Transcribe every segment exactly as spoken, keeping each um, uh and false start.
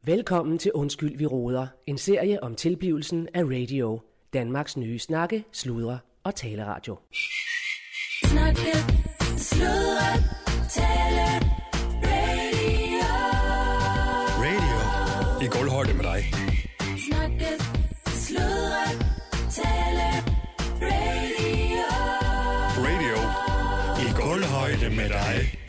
Velkommen til Undskyld, vi råder. En serie om tilblivelsen af radio. Danmarks nye snakke, sludre og taleradio. Snakke, sludre, tale, radio. Radio i gulvhøjde med dig. Snakke, sludre, tale, radio. Radio i gulvhøjde med dig.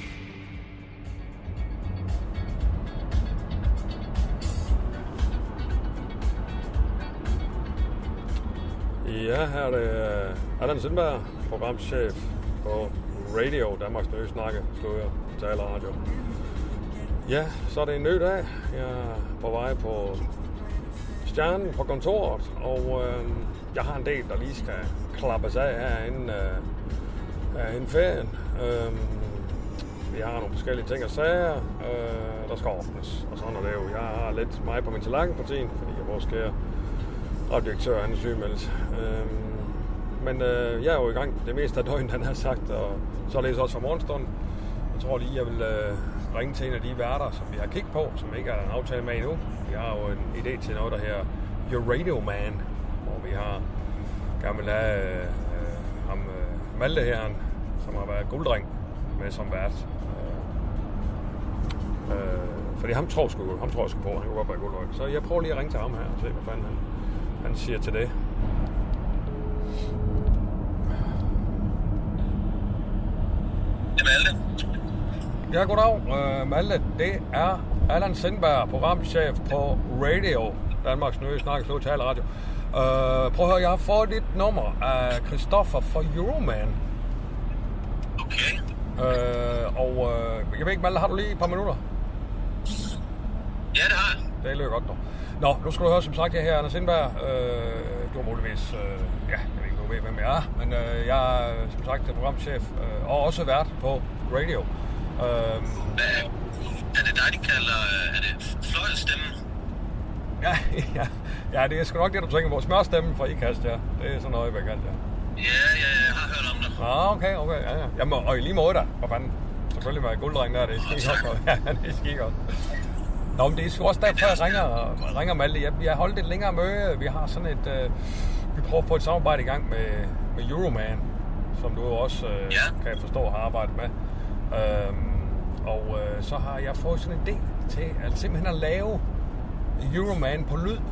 Ja, her er det Allan Sindberg, programchef på Radio, Danmarks nye snakke, sludre, taleradio. Ja, så er det en ny dag. Jeg er på vej på Stjernen på kontoret, og øh, jeg har en del, der lige skal klappes af her inden, øh, inden ferien. Øh, vi har nogle forskellige ting og sager, øh, der skal ordnes, og sådan er det jo. Jeg har lidt mig på min tallerken for tiden, fordi jeg måske er direktør, han er sygemeldt. Øhm, men øh, jeg er jo i gang det meste af døgnet, han har sagt, og således også for morgenstunden. Jeg tror lige, jeg vil øh, ringe til en af de værter, som vi har kigget på, som ikke er en aftale med endnu. Vi har jo en idé til noget, der her Your Radio Man, hvor vi har gerne vil have øh, ham øh, Malte her, som har været gulddreng med som vært. Øh, øh, fordi ham tror, sgu, ham tror jeg sgu på, han kunne godt være gulddreng. Så jeg prøver lige at ringe til ham her og se, hvad fanden han Han siger til det. Det er Malte. Ja, goddag. Uh, Malte, det er Allan Sindberg, programchef på Radio, Danmarks nye snakke, sludre, taleradio. Uh, prøv at høre, jeg har fået dit nummer af Christoffer fra Euroman. Okay. Uh, og uh, jeg ved ikke, Malte, har du lige et par minutter? Ja, det har jeg. Det lyder godt, dog. Nå, nu skal du høre, som sagt, jeg her er Allan Sindberg. Øh, du er muligvis, øh, ja, jeg ved ikke, du ved, hvem jeg er, men øh, jeg er, som sagt, programchef øh, og også vært på radio. Øh, Hvad, er det dig, de kalder, er det fløjlstemmen? ja, ja, ja, det er sgu nok det, du tænker på. Smørstemmen fra IKAST, ja. Det er sådan noget, jeg kan kalde det. Ja, ja, jeg har hørt om det. Ah, okay, okay, ja, ja. Jamen, og i lige måde da, for fanden. Selvfølgelig med gulddreng der, det er skik godt. Ja, det er skik godt. Nå, men det er sgu også derfor, jeg ringer, ringer Malte. Jeg, jeg har holdt et længere møde. Vi har sådan et... Øh, vi prøver at få et samarbejde i gang med, med Euroman, som du også, øh, ja. kan jeg forstå, har arbejdet med. Øhm, og øh, så har jeg fået sådan en idé til at simpelthen at lave Euroman på lyd.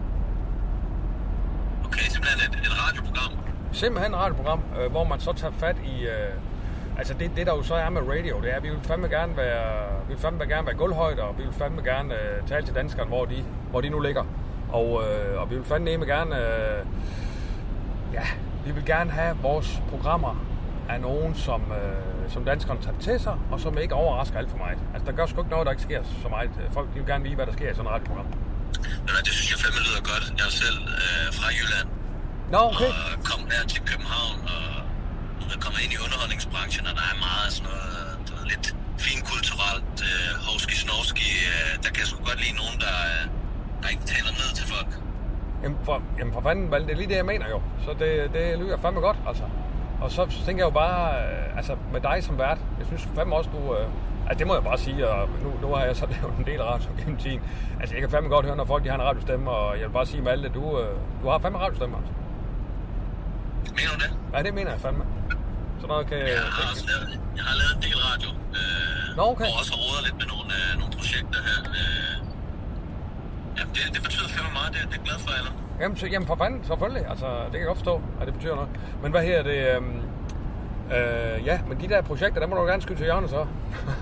Okay, simpelthen et, et radioprogram? Simpelthen et radioprogram, øh, hvor man så tager fat i... Øh, Altså det, det der jo så er med radio, det er, at vi vil fandme gerne være, vi vil fandme gerne være gulvhøjde, og vi vil fandme gerne uh, tale til danskerne, hvor de, hvor de nu ligger. Og, uh, og vi vil fandme gerne, uh, ja, vi vil gerne have vores programmer af nogen, som, uh, som danskerne tager til sig, og som ikke overrasker alt for meget. Altså der gør sgu ikke noget, der ikke sker så meget. Folk de vil gerne vide, hvad der sker i sådan et radioprogram. Nå, det synes jeg fandme lyder godt. Jeg er selv uh, fra Jylland. Nå, okay. Og kom her til København, og jeg kommer ind i underholdningsbranchen, og der er meget sådan noget, noget lidt finkulturelt, øh, hovski-snovski. Øh, der kan jeg sgu godt lide nogen, der, der ikke taler ned til folk. Jamen for, jamen for fanden, Valde, det er lige det, jeg mener jo. Så det, det lyder fandme godt, altså. Og så tænker jeg jo bare, øh, altså med dig som vært, jeg synes fandme også, du... Øh, altså det må jeg bare sige, og nu, nu har jeg så lavet en del radio gennem tiden. Altså jeg kan fandme godt høre, når folk de har en radiostemme, og jeg vil bare sige, Malte, du, øh, du har fandme radiostemme, altså. Mener du det? Ja, det mener jeg fandme. Så noget kan... Jeg har, også lavet, jeg har lavet en del radio, øh, Nå, okay. og også har rodet lidt med nogle, øh, nogle projekter her. Øh, ja, det, det betyder fandme meget, det, det er jeg glad for, eller? Jamen, så, jamen for fanden, selvfølgelig. Altså, det kan jeg godt forstå, at det betyder noget. Men hvad her det... Øh, øh, ja, men de der projekter, der må du gerne skyde til hjørnet, så.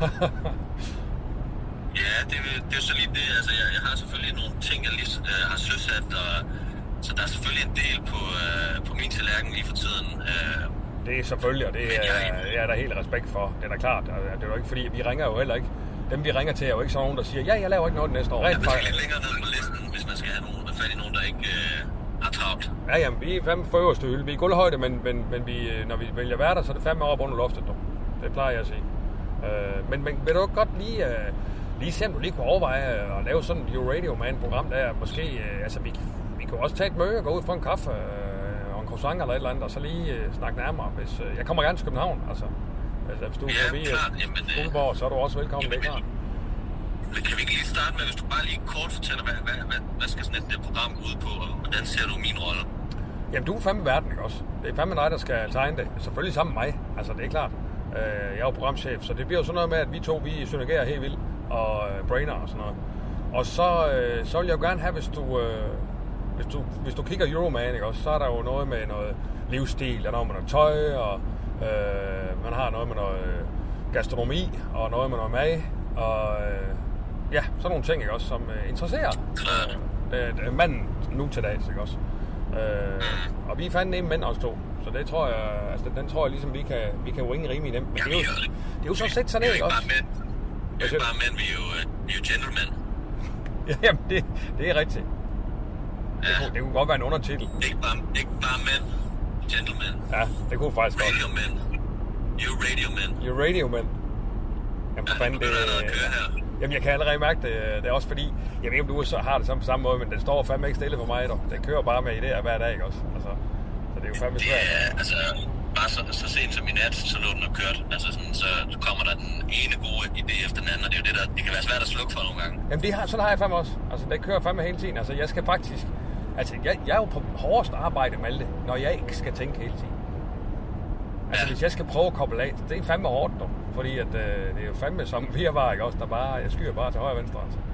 Ja, det, det er jo så lige det. Altså, jeg, jeg har selvfølgelig nogle ting, jeg lige øh, har søsat, og så der er selvfølgelig en del på, øh, på min tallerken lige for tiden. Øh, Det er selvfølgelig, og det er, det er der helt respekt for. Det er da klart. Det er jo ikke fordi, vi ringer jo heller ikke. Dem vi ringer til er jo ikke sådan nogen, der siger, ja, jeg laver ikke noget næste år. Rent faktisk lidt længere ned på listen, hvis man skal have nogen, fat i nogen, der ikke øh, har travlt. Ja, jamen, vi er fandme for øverste hylde. Vi er gulvhøjde, men, men, men vi, når vi vælger værter, så er det fandme op under loftet. Dog. Det plejer jeg at sige. Øh, men, men vil du godt lige, øh, lige se, om du lige kunne overveje at lave sådan et Your Radio Man-program, der måske, øh, altså vi, vi kan også tage et møde og gå ud for en kaffe, øh, og en croissant eller et eller andet, og så lige øh, snakke nærmere. Hvis, øh, jeg kommer gerne til København, altså. Altså, hvis du er ja, forbi klart. Jamen, Skuldborg, så er du også velkommen, jamen, det er klart. kan vi ikke lige starte med, hvis du bare lige kort fortæller, hvad, hvad, hvad, hvad skal sådan et det program gå ud på, og hvordan ser du min rolle? Jamen, du er fandme verden, ikke også? Det er fandme dig, der skal tegne det. Selvfølgelig sammen med mig. Altså, det er klart. Jeg er jo programchef, så det bliver jo sådan noget med, at vi to, vi synergerer helt vildt, og brainer og sådan noget. Og så, så vil jeg jo gerne have, hvis du, hvis du, hvis du kigger Euroman, ikke også? Så er der jo noget med noget livsstil, der er noget med noget tøj, og øh, man har noget med noget gastronomi, og noget med noget mad, og øh, ja, sådan nogle ting, ikke også, som øh, interesserer øh, manden nu til dags, ikke også? Øh, og vi er fandme nemme mænd også to, så det tror jeg, altså den tror jeg ligesom, vi kan, vi kan winge rimelig nemt. Men det er jo, det er jo så sæt sig ned, ikke også? Det er jo ikke bare mænd, vi er jo, vi er jo gentlemen. Jamen, det, det er rigtigt. Ja. Det, kunne, det kunne godt være en undertitel. Ikke bare, ikke bare mænd, gentlemen. Ja, det kunne faktisk godt. Radio men. You radio men. You radio men. Jamen, for ja, fanden, det er køre her. Jamen, jeg kan allerede mærke det. Det er også fordi, jeg ved ikke, om du så har det samme på samme måde, men den står fandme ikke stille for mig, dog. Den kører bare med idéer hver dag, ikke også? Altså, så det er jo fandme svært. Det er, altså, bare så, så sent som i nat, så lå den og kørt. Altså, sådan, så kommer der den ene gode idé efter den anden, og det er jo det, der det kan være svært at slukke for nogle gange. Jamen, det har, sådan har jeg fandme også. Altså, det kører fandme hele tiden. Altså, jeg skal faktisk... Altså, jeg, jeg er jo på hårdest arbejde med det, når jeg ikke skal tænke hele tiden. Altså, ja. Hvis jeg skal prøve at koble af, det er fandme hårdt, dog. Fordi at, øh, det er jo fandme som virvar, ikke også? Der bare, jeg skyer bare til højre og venstre, altså.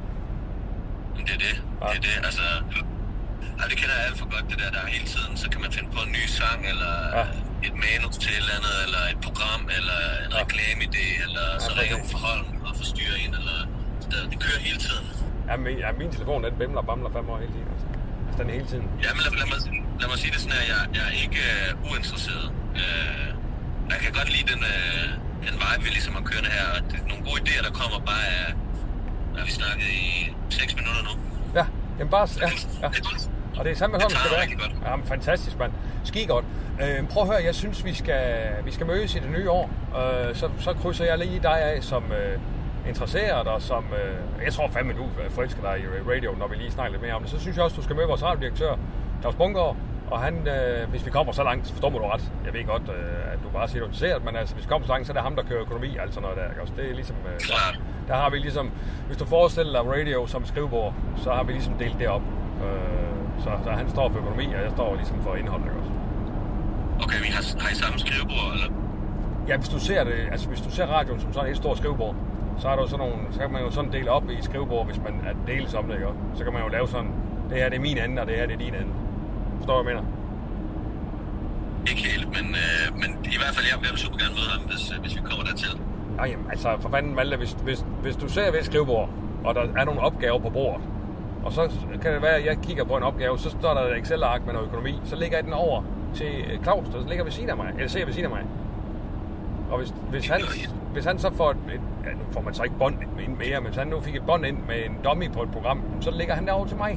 Men det er det. Ja. Det er det. Altså, altså, det kender jeg alt for godt, det der, der hele tiden. Så kan man finde på en ny sang, eller ja. et manus til et eller andet, eller et program, eller en ja. reklameidé, eller ja, så ringer hun for Holm og forstyrrer en, eller det, det kører hele tiden. Ja, min, ja, min telefon, den bimler og bamler fem år hele tiden, altså. Altså, den er hele tiden. Ja, men lad, lad, mig, lad mig sige det sådan her, jeg, jeg er ikke uh, uinteresseret. Uh, jeg kan godt lide den, uh, den vibe, vi ligesom har kørende her, og det er nogle gode idéer, der kommer bare af, uh, vi snakket i seks minutter nu. Ja, jamen bare, ja, ja. Og det er sammen med sådan, det skal være. Ja, men fantastisk, mand. Ski godt. Øh, prøv at høre, jeg synes, vi skal, vi skal mødes i det nye år. Øh, så, så krydser jeg lige dig af som øh, interesseret, og som, øh, jeg tror fandme, du forelsker dig i radio, når vi lige snakker lidt mere om det. Så synes jeg også, du skal møde vores radiodirektør, Claus Bungård. Og han, øh, hvis vi kommer så langt, så forstår man du ret. Jeg ved godt, øh, at du bare siger, at du er interesseret, men altså, hvis vi kommer så langt, så er det ham, der kører økonomi og alt sådan noget der. Ikke? Også det er ligesom, øh, der, der har vi ligesom, hvis du forestiller dig radio som skrivebord, så har vi ligesom delt det op. Øh, så, så han står for økonomi, og jeg står ligesom for indhold. Ikke? Også. Okay, vi har, har I samme skrivebord, eller? Ja, hvis du ser det, altså hvis du ser radioen som sådan et stort skrivebord, så er der jo sådan nogle, så kan man jo sådan dele op i skrivebord, hvis man er deles om det, ikke? Så kan man jo lave sådan, det her det er min ende, og det her det er din ende. Forstår du, hvad jeg mener? Ikke helt, men, øh, men i hvert fald, jeg, jeg vil super gerne møde ham, hvis, hvis vi kommer dertil. Ja, jamen, altså for fanden, Malte, hvis, hvis, hvis du ser ved et skrivebord, og der er nogle opgaver på bordet, og så kan det være, at jeg kigger på en opgave, så står der et Excel-ark med noget økonomi, så lægger jeg den over til Claus, der ligger ved siden af mig, eller ser ved siden af mig. Og hvis, hvis, han, hvis han så får et, et, ja, nu får man så ikke bånd ind mere, men hvis han nu fik et bånd ind med en dummy på et program, så lægger han derovre til mig.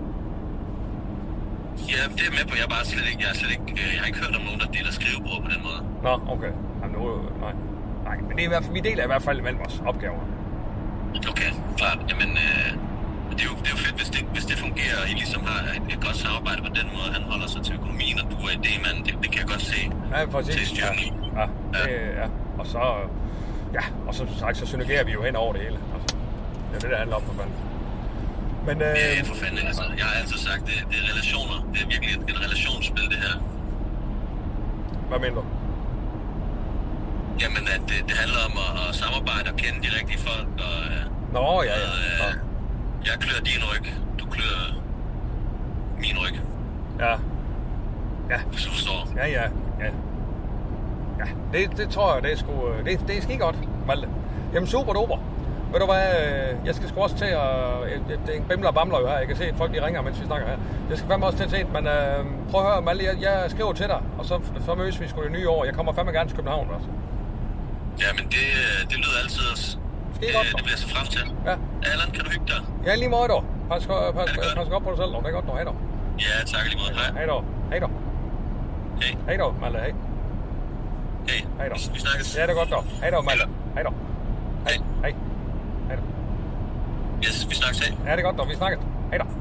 Ja, det er med på. Jeg er bare slet ikke, jeg er slet ikke, jeg har ikke hørt om nogen, der deler skrivebord på den måde. Nå, okay. Jamen, nu, nej. Nej, men det er i hvert fald, vi deler i hvert fald mellem vores opgaver. Okay, klart. Jamen, øh, det, er jo, det er jo fedt, hvis det, hvis det fungerer, og I ligesom har et, et godt samarbejde på den måde. Han holder sig til økonomien, og du er idémanden. Det, det kan jeg godt se. Ja, præcis. Til styrken. Ja, ja, det, ja. Og så, ja, og så sagt, så synergerer vi jo hen over det hele. Altså, det er det, der handler om for fanden. Men, øh, ja, for fanden. Altså, jeg har altid sagt, det, det er relationer. Det er virkelig et, et relationsspil, det her. Hvad mener du? Jamen, at det, det handler om at, at samarbejde og kende de rigtige folk. Og, Nå, ja, ja. Og, øh, jeg klør din ryg, du klør min ryg. Ja. Ja. Hvis du forstår. Ja, ja, ja. Ja, det, det tror jeg, det er sgu, det, det er skide godt, Malte. Jamen, super duper. Ved du hvad, jeg skal sgu også til at... Det er en bimler og bamler jo her. Jeg kan se, at folk de ringer, mens vi snakker her. Jeg skal fandme også til at se men øh, prøv at høre, Malte, jeg, jeg skriver til dig, og så, så mødes vi sgu det nye år. Jeg kommer fandme gerne til København også. Ja, men det, det lyder altid også. Det, det, godt, det bliver så frem til. Ja. Allan, kan du hygge dig? Ja, lige måde dog. Pas, pas, pas, pas godt på dig selv, dog. Det er godt dog. Hej dog. Ja, tak lige måde. Hej. Hej dog. Hej dog. Hej. Hej dog, Malte. Hej. Hej. Hej dog. Vi, vi snakkes. Ja, det er godt dog. Hej dog, Malte. Hej dog. Hej. Hej. Hej dog. Yes, vi snakkes. Hej. Ja, det er godt dog. Vi snakkes. Hej dog.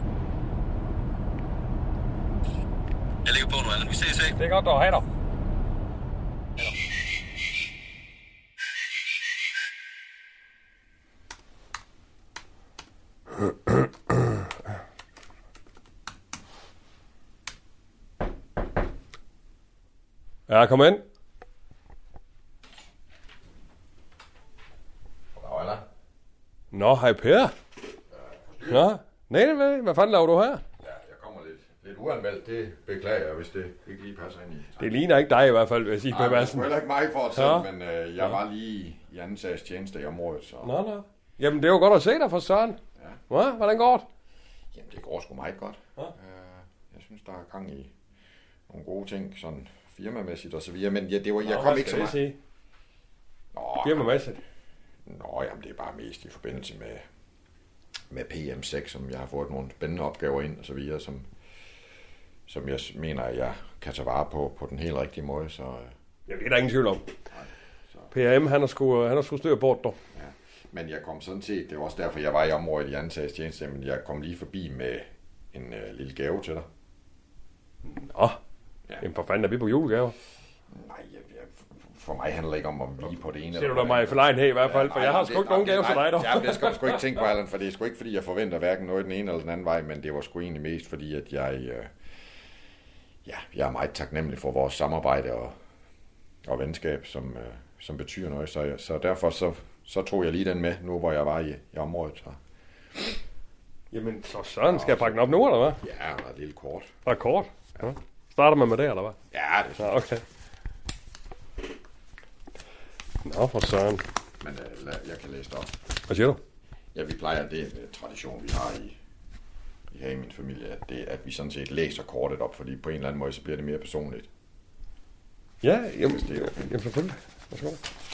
Jeg ligger på nu, Allan. Vi ses, ikke? Det er godt dog. Hej dog. Ja, kom ind. Nå, hej Per. Nå, nej, hvad, hvad fanden laver du her? Ja, jeg kommer lidt, lidt uanmeldt. Det beklager jeg, hvis det ikke lige passer ind i. Det ligner ikke dig i hvert fald, vil jeg sige, Per Madsen. Det er heller ikke mig for at sige, ja. men øh, jeg var lige i anden sags tjeneste i området. Så... Nå, nå. Jamen, det er jo godt at se dig for Søren. Ja. Hva? Hvordan går det? Jamen, det går sgu meget godt. Ja. Øh, jeg synes, der er gang i nogle gode ting, sådan firmamæssigt og så videre. Men ja, det var, jeg Nå, kom ikke så meget. Sige? Nå, firmamæssigt? Nå, jamen, det er bare mest i forbindelse med, med P M seks, som jeg har fået nogle spændende opgaver ind og så videre, som, som jeg mener, at jeg kan tage vare på på den helt rigtige måde. Så, Jamen, det er der ingen tvivl om. Nej, så. P M, han har sgu, han har sgu styr på det, dog. Ja. Men jeg kom sådan set, det var også derfor, jeg var i området i anden sags tjeneste, men jeg kom lige forbi med en øh, lille gave til dig. Nå, ja. Jamen for fanden er vi på julegaver. Nej, jeg, jeg, for mig handler det ikke om at blive på det ene. Ser du da mig i forlegenhed i hvert fald, for ja, jeg har sgu ikke nogen gave til dig, dog. Ja, det skal du sgu ikke tænke på, Allan, for det er sgu ikke, fordi jeg forventer hverken noget den ene eller den anden vej, men det var sgu egentlig mest, fordi at jeg, øh, ja, jeg er meget taknemmelig for vores samarbejde og, og venskab, som, øh, som betyder noget, så, så derfor så, så tog jeg lige den med, nu hvor jeg var i, i området. Så. Jamen, så Søren, skal jeg pakke den op nu, eller hvad? Ja, der er et lille kort. Der er kort? Ja. Starter man med det, eller hvad? Ja, det er ja, okay. Nå, for Søren. Men uh, lad, jeg kan læse det op. Hvad siger du? Ja, vi plejer, det er en uh, tradition, vi har i, i her i min familie, at, det, at vi sådan set læser kortet op, fordi på en eller anden måde, så bliver det mere personligt. Ja, jamen, det er okay. Jamen selvfølgelig. Værsgo.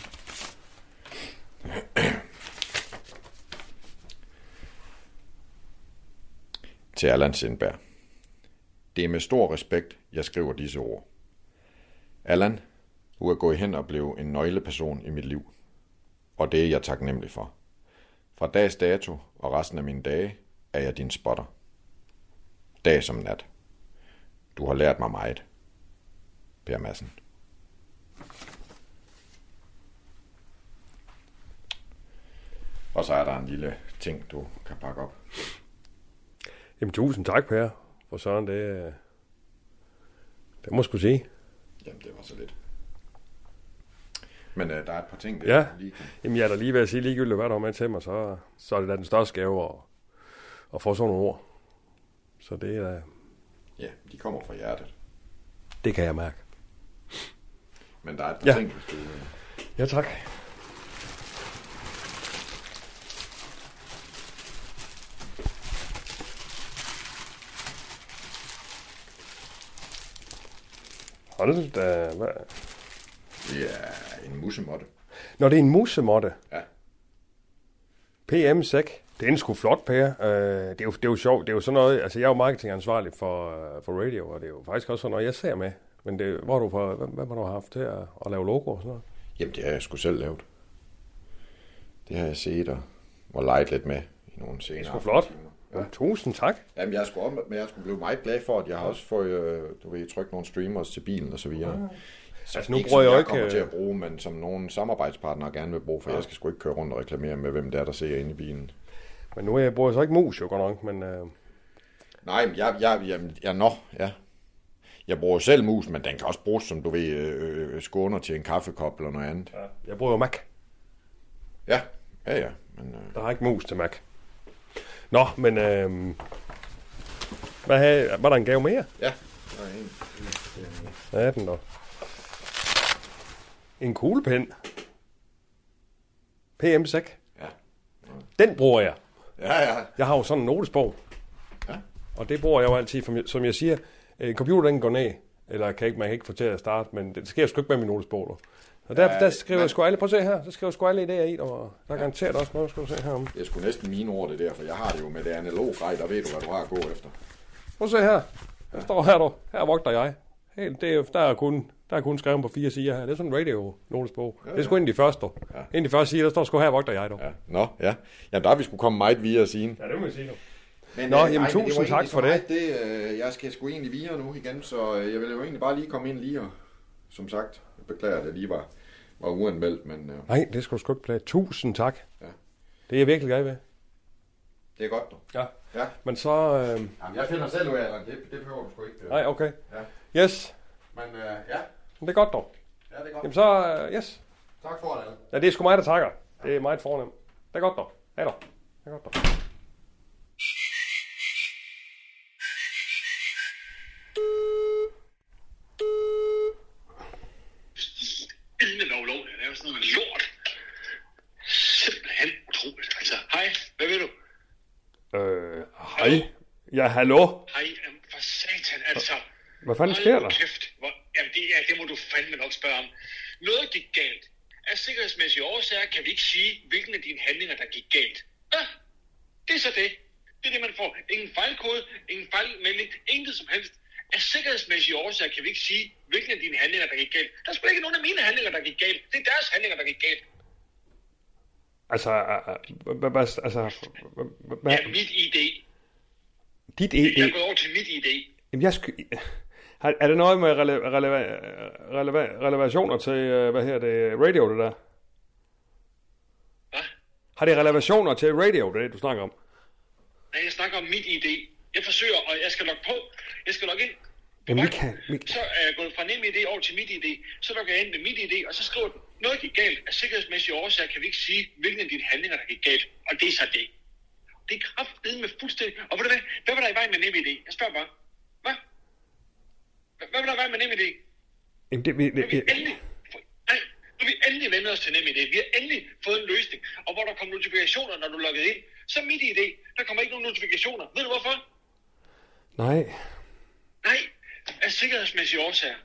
Til Allan Sindberg. Det er med stor respekt, jeg skriver disse ord. Allan, du er gået hen og blevet en nøgleperson i mit liv. Og det er jeg taknemmelig for. Fra dags dato og resten af mine dage er jeg din spotter. Dag som nat. Du har lært mig meget. Per Madsen. Og så er der en lille ting, du kan pakke op. Jamen, tusind tak, Per. For Søren, det, det må jeg sgu sige. Jamen, det var så lidt. Men uh, der er et par ting, der ja. lige kan... Jamen, jeg er da lige ved at sige ligegyldigt, hvad der var med til mig, så, så er det da den største gave at, at få sådan nogle ord. Så det er... Ja, de kommer fra hjertet. Det kan jeg mærke. Men der er et par ja. ting, hvis du... Ja, tak. Hold da, hvad? Det er en musemotte. Nå, det er en musemotte? Ja. P M seks. Det er en sgu flot, Per. Uh, det, er jo, det er jo sjovt. Det er jo sådan noget... Altså, jeg er jo marketingansvarlig for, uh, for radio, og det er jo faktisk også sådan noget, jeg ser med. Men det, hvor du for, hvad, hvad har du haft til at, at lave logo og sådan noget? Jamen, det har jeg sgu selv lavet. Det har jeg set og, og leget lidt med i nogle senere. Det er sgu flot. Ja. Tusind tak. Jamen, jeg er sgu, men jeg er sgu blevet meget glad for, at jeg har også fået, øh, du ved, trykt nogle streamers til bilen og så videre. Ja. Så altså, nu ikke bruger jeg jeg ikke... kommer til at bruge, men som nogle samarbejdspartnere gerne vil bruge, for ja. Jeg skal sgu ikke køre rundt og reklamere med, hvem det er, der ser inde i bilen. Men nu er jeg bruger så ikke mus, jo godt nok, men... Øh... Nej, men jeg, jeg, jeg, jeg, nå, ja. Jeg bruger selv mus, men den kan også bruges, som du ved, øh, skåner til en kaffekop eller noget andet. Ja, jeg bruger jo Mac. Ja, ja, ja. Men, øh... Der har ikke mus til Mac. Nå, men... Øh... Hvad havde... Var der en gave mere? Ja, der er en. Hvad er den da? En kuglepen. P M seks. Ja. Den bruger jeg. Ja, ja. Jeg har jo sådan en notesbog. Ja. Og det bruger jeg jo altid, for, som jeg siger, en computer den går ned, eller kan ikke, man kan ikke få til at starte, men det sker sgu ikke med min notesbog. Og der, ja, der skriver men... jeg sgu alle, prøv at se her, så skriver jeg sgu alle idéer i, og der er ja. garanteret også noget, skal du se her om. Det er sgu næsten mine ord, det der, for jeg har det jo med det analog grej, der ved du, hvad du har at gå efter. Prøv at se her, der står her, du, her vogter jeg. Helt, det er, der, er kun, der er kun skrevet på fire sider her, det er sådan en radio-notesbog. Ja, ja. Det er sgu en af de første, ja. En af de første sider, der står sgu her vogter jeg, du. Ja. Nå, ja. Jamen der er vi sgu komme meget videre siden. Ja, det må jeg sige, du. Men, Nå, øh, jamen, nej, tusind tak for det. det øh, jeg skal sgu egentlig videre nu igen, så øh, jeg vil jo egentlig bare lige komme ind lige og, som sagt, jeg beklager, at det lige var, var uanmeldt, men... Øh... Nej, det skal du sgu ikke plage. Tusind tak. Ja. Det er jeg virkelig glad ved. Det er godt, du. Ja. Ja. Men så... Øh... Jamen, jeg finder selv ud af, Allan. Det, det behøver du sgu ikke. Nej, okay. Ja. Yes. Men øh, ja. Det er godt, dog. Ja, det er godt. Jamen så... Øh, yes. Tak for det, Allan. Ja, det er sgu mig, der takker. Det er meget fornemt. Det er godt, dog. Hej dog. Det er godt, dog. Ildende lov, lov. Det er jo sådan noget lort. Simpelthen utroligt. Altså, hej. Hvad ved du? Øh, hej. Ja, hallo. Hej, jamen, for satan, altså. Hvad fanden sker der? Hold kæft. Hvor, jamen, det, er, det må du fandme nok spørge om. Noget gik galt. Af sikkerhedsmæssige årsager kan vi ikke sige, hvilken af dine handlinger, der gik galt. Ja, det er så det. Det er det, man får. Ingen fejlkode, ingen fejlmelding, intet som helst. Af sikkerhedsmæssige årsager kan vi ikke sige, hvilken af dine handlinger, der gik galt. Der er sgu ikke nogen af mine handlinger, der gik galt. Det er deres handlinger, der gik galt. Altså, altså, Ja, mit I D. Dit I D? Jeg er gået over til mit I D. Jamen, jeg skal... Er det noget med rele- rele- rele- relevationer til, hvad her det, radio, det der? Hvad? Har det relevationer til radio, det er det, du snakker om? Nej, jeg snakker om mit I D. Jeg forsøger, og jeg skal logge på. Jeg skal logge ind. Jamen, vi kan, vi kan. Så er jeg gået fra nem I D over til mit I D. Så logger jeg ind med mit I D, og så skriver den, noget gik galt. Af sikkerhedsmæssige årsager kan vi ikke sige, hvilken af dine handlinger, der gik galt. Og det er så det. Det er kraftedeme med fuldstændig. Og ved du hvad? Hvad var der i vejen med nem I D? Jeg spørger bare. Hvad? Hvad var der i vejen med nem I D? Jamen, det, vi, det, Nu er vi endelig... Nej, nu er vi endelig vendt os til nem I D. Vi har endelig fået en løsning. Og hvor der kommer notifikationer, når du logger ind. Så mit I D, der kommer ikke nogen notifikationer. Ved du hvorfor? Nej. Nej, af sikkerhedsmæssige årsager.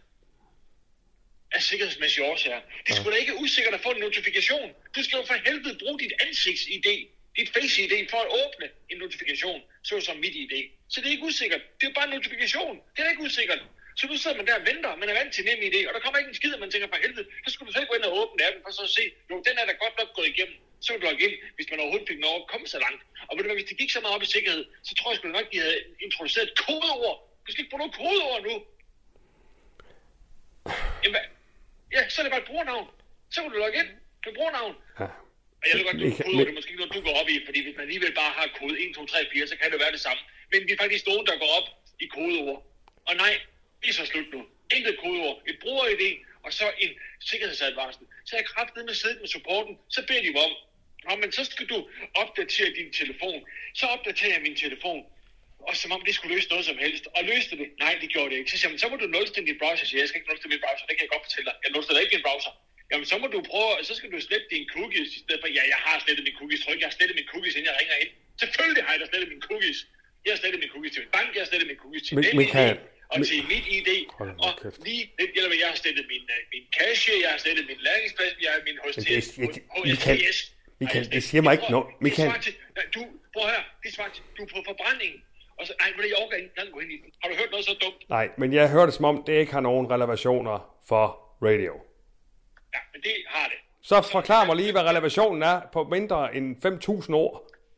Af sikkerhedsmæssige årsager. Det er sgu da ikke usikkert at få en notifikation. Du skal jo for helvede bruge dit ansigts-I D, dit face-I D, for at åbne en notifikation, såsom mit I D. Så det er ikke usikkert. Det er jo bare en notifikation. Det er ikke usikkert. Så nu sidder man der og venter, man er vant til nem I D, og der kommer ikke en skid, og man tænker for helvede, så skulle du selv gå ind og åbne appen, for så at se, jo, den er da godt nok gået igennem. Så vil du logge ind, hvis man overhovedet fik noget at komme så langt. Og ved du hvad, hvis det gik så meget op i sikkerhed, så tror jeg sgu nok, de havde introduceret et kodeord. Du skal ikke bruge noget kodeord nu. Jamen, hvad? Ja, så er det bare et brugernavn. Så kan du logge ind. Det er brugernavn. Ja. Og jeg ved godt, du kodeord, det er måske ikke noget, du går op i, fordi hvis man alligevel bare har kode et, to, tre, fire, så kan det være det samme. Men vi er faktisk nogen, der går op i kodeord. Og nej, det er så slut nu. Intet kodeord. Et bruger-I D, og så en sikkerhedsadvarsel. Så er jeg kraftedet med siddet med supporten, så beder de mig om, Nå, men så skal du opdatere din telefon. Så opdaterer jeg min telefon. Og som om det skulle løse noget som helst. Og løste det? Nej, det gjorde det ikke. Så siger man, så må du nulstille din browser. Jeg siger, jeg skal ikke nulstille min browser, det kan jeg godt fortælle dig. Jeg nulstiller ikke din browser. Jamen, så må du prøve, så skal du slette dine cookies i stedet for, ja, jeg har slettet mine cookies. Tror ikke, jeg har slettet mine cookies, inden jeg ringer ind. Selvfølgelig har jeg da slettet mine cookies. Jeg har slettet mine cookies til min bank, jeg har slettet mine cookies til Men- men NemID, kan- og men- til mit I D. Hold nu Og kæft. lige, det gælder, hvad jeg har slettet min, uh, min cache, jeg har slettet min læringsplads, jeg har min H Men T det S, er- jeg- H S Michael, T S. Michael, Ej, det siger mig ikke prøv- noget. det Michael. svarer til- nej, Du, prøv at høre, det svarer til, du er på forbrænding. Og så, ej, men jeg overgår ikke engang gå ind i den. Har du hørt noget så dumt? Nej, men jeg hørte det som om, det ikke har nogen relevationer for radio. Ja, men det har det. Så forklar mig lige, hvad relevationen er på mindre end fem tusind år.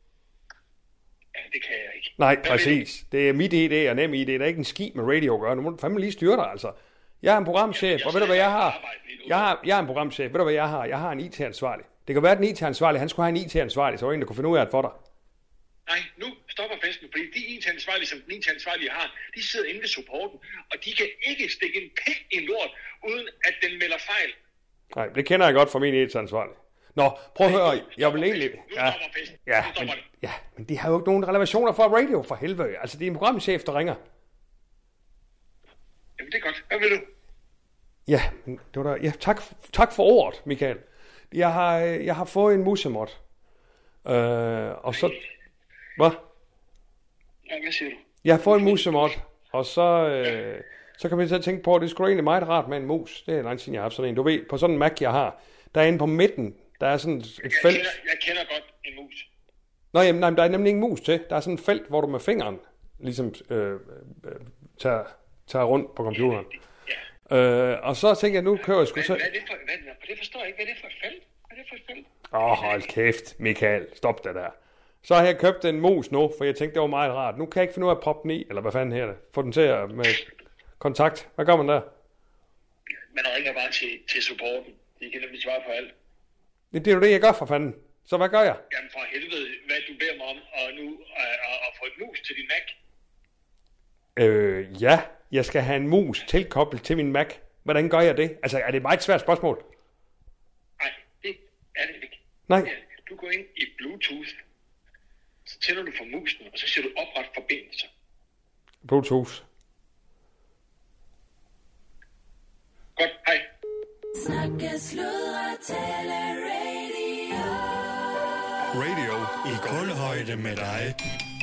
Ja, det kan jeg ikke. Nej, Hvad vil præcis. Det er mit I D og nem I D. Der er ikke en ski med radio at gøre. Nu må du fandme lige styre dig, altså. Jeg er en programchef, og ved du, hvad jeg har? Jeg har, jeg er en programchef. Ved du, hvad jeg har? Jeg har en I T-ansvarlig. Det kan være, at den I T-ansvarlig, han skulle have en I T-ansvarlig, så var en, der kunne finde ud af det for dig. Nej, nu stopper festen, fordi de I T-ansvarlige, som den I T-ansvarlige har, de sidder inde ved supporten, og de kan ikke stikke en pind i en lort, uden at den melder fejl. Nej, det kender jeg godt fra min I T-ansvarlig. Nå, prøv at høre, jeg vil egentlig... Nu Ja, stopper festen. ja, Nu men, stopper det. ja, men de har jo ikke nogen relationer for radio, for helvede. Altså, det er en programchef, der ringer. Jamen, det er godt. Hvad vil du? Ja, men det var da, ja tak, tak for ordet, Michael. Jeg har, øh, jeg har fået en musemod. Øh, og så... Hvad? Ja, hvad siger du? Jeg har fået en musemod, og så, øh, så kan man så tænke på, at det skulle egentlig meget rart med en mus. Det er lang siden, jeg har haft sådan en. Du ved, på sådan en Mac, jeg har, der er inde på midten, der er sådan et Jeg felt. kender, jeg kender godt en mus. Nå, jamen, nej, der er nemlig ingen mus til. Der er sådan et felt, hvor du med fingeren ligesom øh, øh, tager, tager rundt på computeren. Ja. Øh, og så tænker jeg, nu kører jeg sgu Hvad, så... hvad er det for, hvad, det forstår jeg ikke. Hvad er det for et felt? Hvad er det for et felt? Åh, oh, hold kæft, Michael. Stop det der. Så har jeg købt en mus nu, for jeg tænkte, det var meget rart. Nu kan jeg ikke finde ud af at proppe den i, eller hvad fanden her det. Få den til at med kontakt. Hvad gør man der? Man ringer bare til, til supporten. De kan nemlig svare på alt. Det, det er jo det, jeg gør for fanden. Så hvad gør jeg? Jamen for helvede, hvad du beder mig om, og nu øh, at få et mus til din Mac. Øh, ja, jeg skal have en mus tilkoblet til min Mac. Hvordan gør jeg det? Altså, er det et meget svært spørgsmål? Nej, det er det ikke. Nej. Ja, du går ind i Bluetooth, så tænder du for musen, og så siger du opret forbindelse. Bluetooth. Godt, hej. Snakke, sludre, tale, radio. Radio i kulhøjde med dig.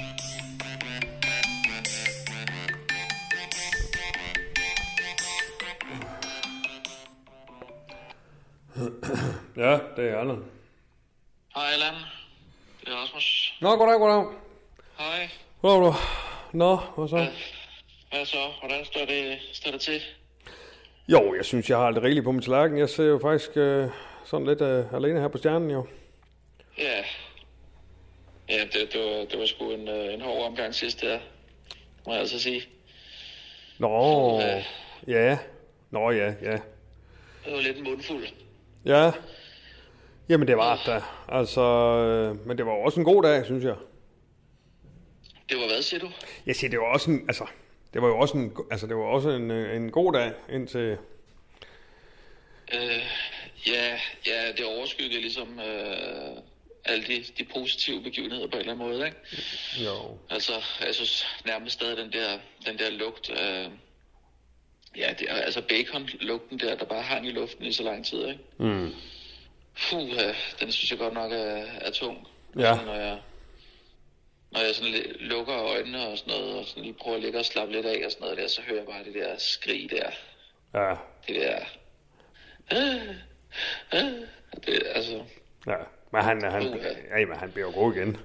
Ja, det er Allan. Hej, Allan. Det er Rasmus. Nå, goddag, goddag. Hej. Goddag, Nå, hvad så? Hvad så? Hvordan står det, står det til? Jo, jeg synes, jeg har det rigeligt på min tallerken. Jeg ser jo faktisk øh, sådan lidt øh, alene her på stjernen, jo. Ja. Ja, det, det, var, det var sgu en, øh, en hård omgang sidst der, må jeg altså sige. Nå, Øh. ja. Nå, ja, ja. Det var lidt en mundfuld. Ja. Jamen, det var det da. Altså, øh, men det var jo også en god dag, synes jeg. Det var hvad, siger du? Jeg siger, det var også en, altså, det var jo også en, altså, det var også en, en god dag indtil... Øh, ja, ja, det overskyggede ligesom øh, alle de, de positive begivenheder på en eller anden måde, ikke? Jo. Altså, jeg synes nærmest stadig den der, den der lugt af, ja, det er, altså bacon-lugten der, der bare hang i luften i så lang tid, ikke? Mm. Puh, ja, den synes jeg godt nok er, er tung. Ja. Altså, når jeg, når jeg sådan lidt lukker øjnene og sådan noget, og sådan lige prøver at ligge og slappe lidt af og sådan noget der, så hører jeg bare det der skrig der. Ja. Det der... Øh, øh, det, altså... Ja, men han, han, Uha. ja, men han bliver jo god igen.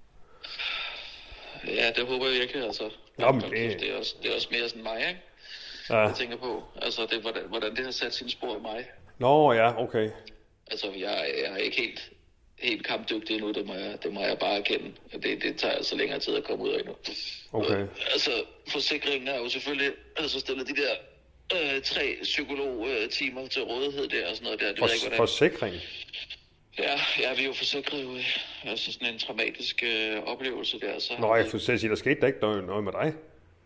Ja, det håber jeg virkelig, altså. Nå, men det... det- Det, er også, det er også mere sådan mig, ikke? Ja. Jeg tænker på, altså, det, hvordan, hvordan det har sat sine spor i mig. Nå, ja, okay. Altså, jeg, jeg er ikke helt, helt kampdygtig endnu, det må jeg, det må jeg bare erkende. Det, det tager altså længere tid at komme ud af endnu. Okay. Og, altså, forsikringen er jo selvfølgelig altså stillet de der øh, tre psykolog-timer til rådighed der og sådan noget der. Det For, ved jeg ikke, hvordan... forsikring. Ja, ja, vi er jo forsikret jo i altså sådan en traumatisk øh, oplevelse der. Så Nå, jeg får til at sige, der skete der ikke noget, noget med dig.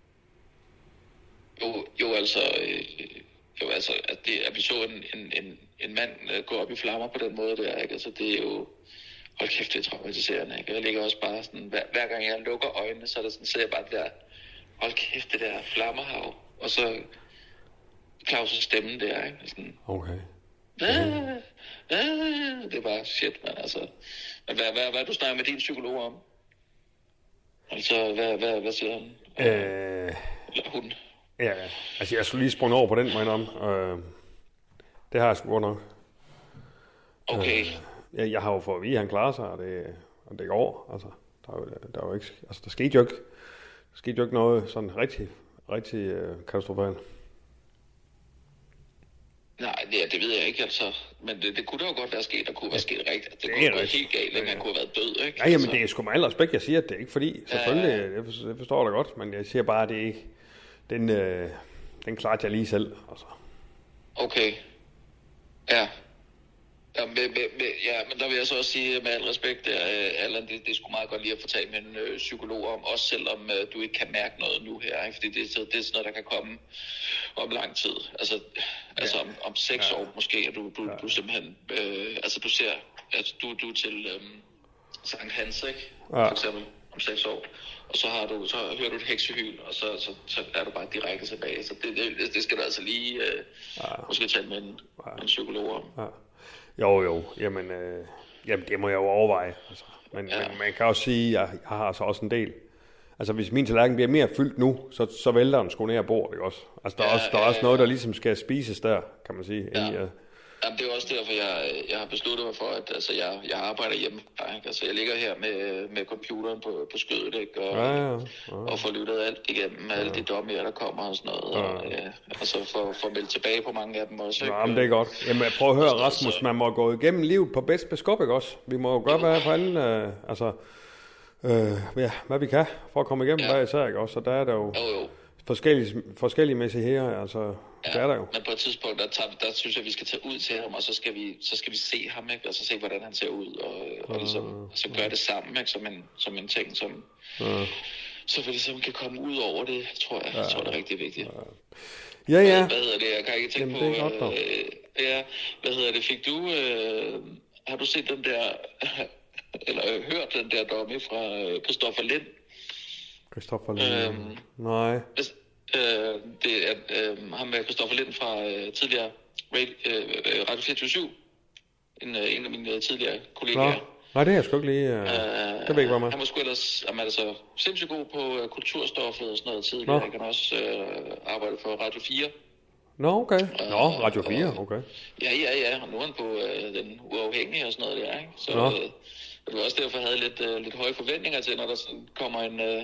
Jo, jo altså, øh, jo, altså at, det, at vi så en, en, en, en mand øh, gå op i flammer på den måde der, ikke? Altså det er jo, hold kæft, det er traumatiserende, ikke? Jeg ligger også bare sådan, hver, hver gang jeg lukker øjnene, så er det sådan, ser jeg bare det der, hold kæft, det der flammerhav, og så Claus' stemme der, ikke? Sådan, Okay. ah, ah, det er bare shit, man, altså. Men hvad, hvad, hvad du snakker med din psykolog om? Altså, hvad, hvad, hvad siger han? Øh, Eller hun? ja, altså jeg skulle lige sprunge over på den, må jeg om. Øh, det har jeg sgu godt nok. Okay. Jeg, jeg har jo fået at vide, at han klarer sig, og det, og det går. Altså, der er jo, der er jo ikke, altså der skete jo ikke, der skete jo ikke noget sådan rigtig, rigtig øh, katastrofalt. Nej, det, det ved jeg ikke, altså. Men det, det kunne da jo godt være sket, der kunne være sket rigtigt. Det, det kunne er have gået rigtigt. helt galt, ikke? Han kunne have været død, ikke? Ja, jamen altså, det er sgu med al respekt, jeg siger, at det er ikke fordi, selvfølgelig, det forstår, det forstår jeg da godt, men jeg siger bare, at det er ikke, den, øh, den klarte jeg lige selv, altså. Okay. Ja. Ja men, med, med, ja, men der vil jeg så også sige med al respekt, uh, Allan, det, det er sgu meget godt lige at få talt med en uh, psykolog om, også selvom uh, du ikke kan mærke noget nu her, ikke? Fordi det, det, det er sådan noget, der kan komme om lang tid. Altså, ja. altså om, om seks ja. år måske, og du, du, ja. du simpelthen, øh, altså du ser, at du, du er til øhm, Sankt Hans, ikke? Ja. For eksempel, om seks år. Og så, har du, så hører du et heksehyl, og så, så, så er du bare direkte tilbage. Så det, det, det skal du altså lige øh, ja. måske tale med en, ja. en psykolog om. Ja. Jo, jo. Jamen, øh, jamen, det må jeg jo overveje. Altså. Men, ja. men man kan også sige, at jeg, jeg har altså også en del. Altså, hvis min tallerken bliver mere fyldt nu, så, så vælter den sgu ned ad bordet, ikke også? Altså, der er, ja, også, der er ja, også noget, der ligesom skal spises der, kan man sige. Ja. I, uh... Jamen, det er også derfor, jeg, jeg har besluttet mig for, at altså, jeg, jeg arbejder hjemme. Ikke? Altså, jeg ligger her med, med computeren på, på skødet, ikke? Og, ja, ja, ja. og får lyttet alt igennem, ja. alle de domme, der kommer og sådan noget. Ja. Og, ja, og så får, får meldt tilbage på mange af dem også. Ikke? Nå, men det er godt. Jamen, prøv at høre, Rasmus, man må gå igennem livet på bedst beskub, ikke også? Vi må jo gøre, hvad for anden, øh, altså, øh, ja, hvad vi kan, for at komme igennem ja. hver især, ikke også? Så der er der jo... Jo, jo. forskellige, forskellige mæssigheder, altså, ja, det er der jo. Men på et tidspunkt, der, tager, der synes jeg, vi skal tage ud til ham, og så skal vi, så skal vi se ham, ikke? Og så se, hvordan han ser ud, og, og ligesom, og så gøre det sammen, ikke? Som en, som en ting, som, ja. Så vi ligesom kan komme ud over det, tror jeg. Ja. Jeg tror, det er rigtig vigtigt. Ja, ja. ja. Hvad hedder det? Jeg kan ikke tænke Jamen, på... Godt, øh, ja, hvad hedder det? Fik du... Øh, har du set den der... eller øh, hørt den der domme fra øh, Christoffer Lind? Christoffer Lind? Øhm, Nej. Øh, det er øh, ham med Christoffer Lind fra øh, tidligere Radio, øh, Radio fireogtyve syv. En, øh, en af mine tidligere kollegaer. Nå. Nej, det har jeg sgu ikke lige... Uh, uh, det ved ikke, hvad man... Han var sgu ellers han er altså sindssygt god på uh, kulturstoffet og sådan noget tidligere. Han kan også uh, arbejde for Radio fire. Nå, okay. Nå, Radio fire, og, okay. Ja, ja, ja. Og nu er han på uh, den uafhængige og sådan noget der, ikke? Så uh, det var også derfor, jeg havde lidt, uh, lidt høje forventninger til, når der sådan kommer en... Uh,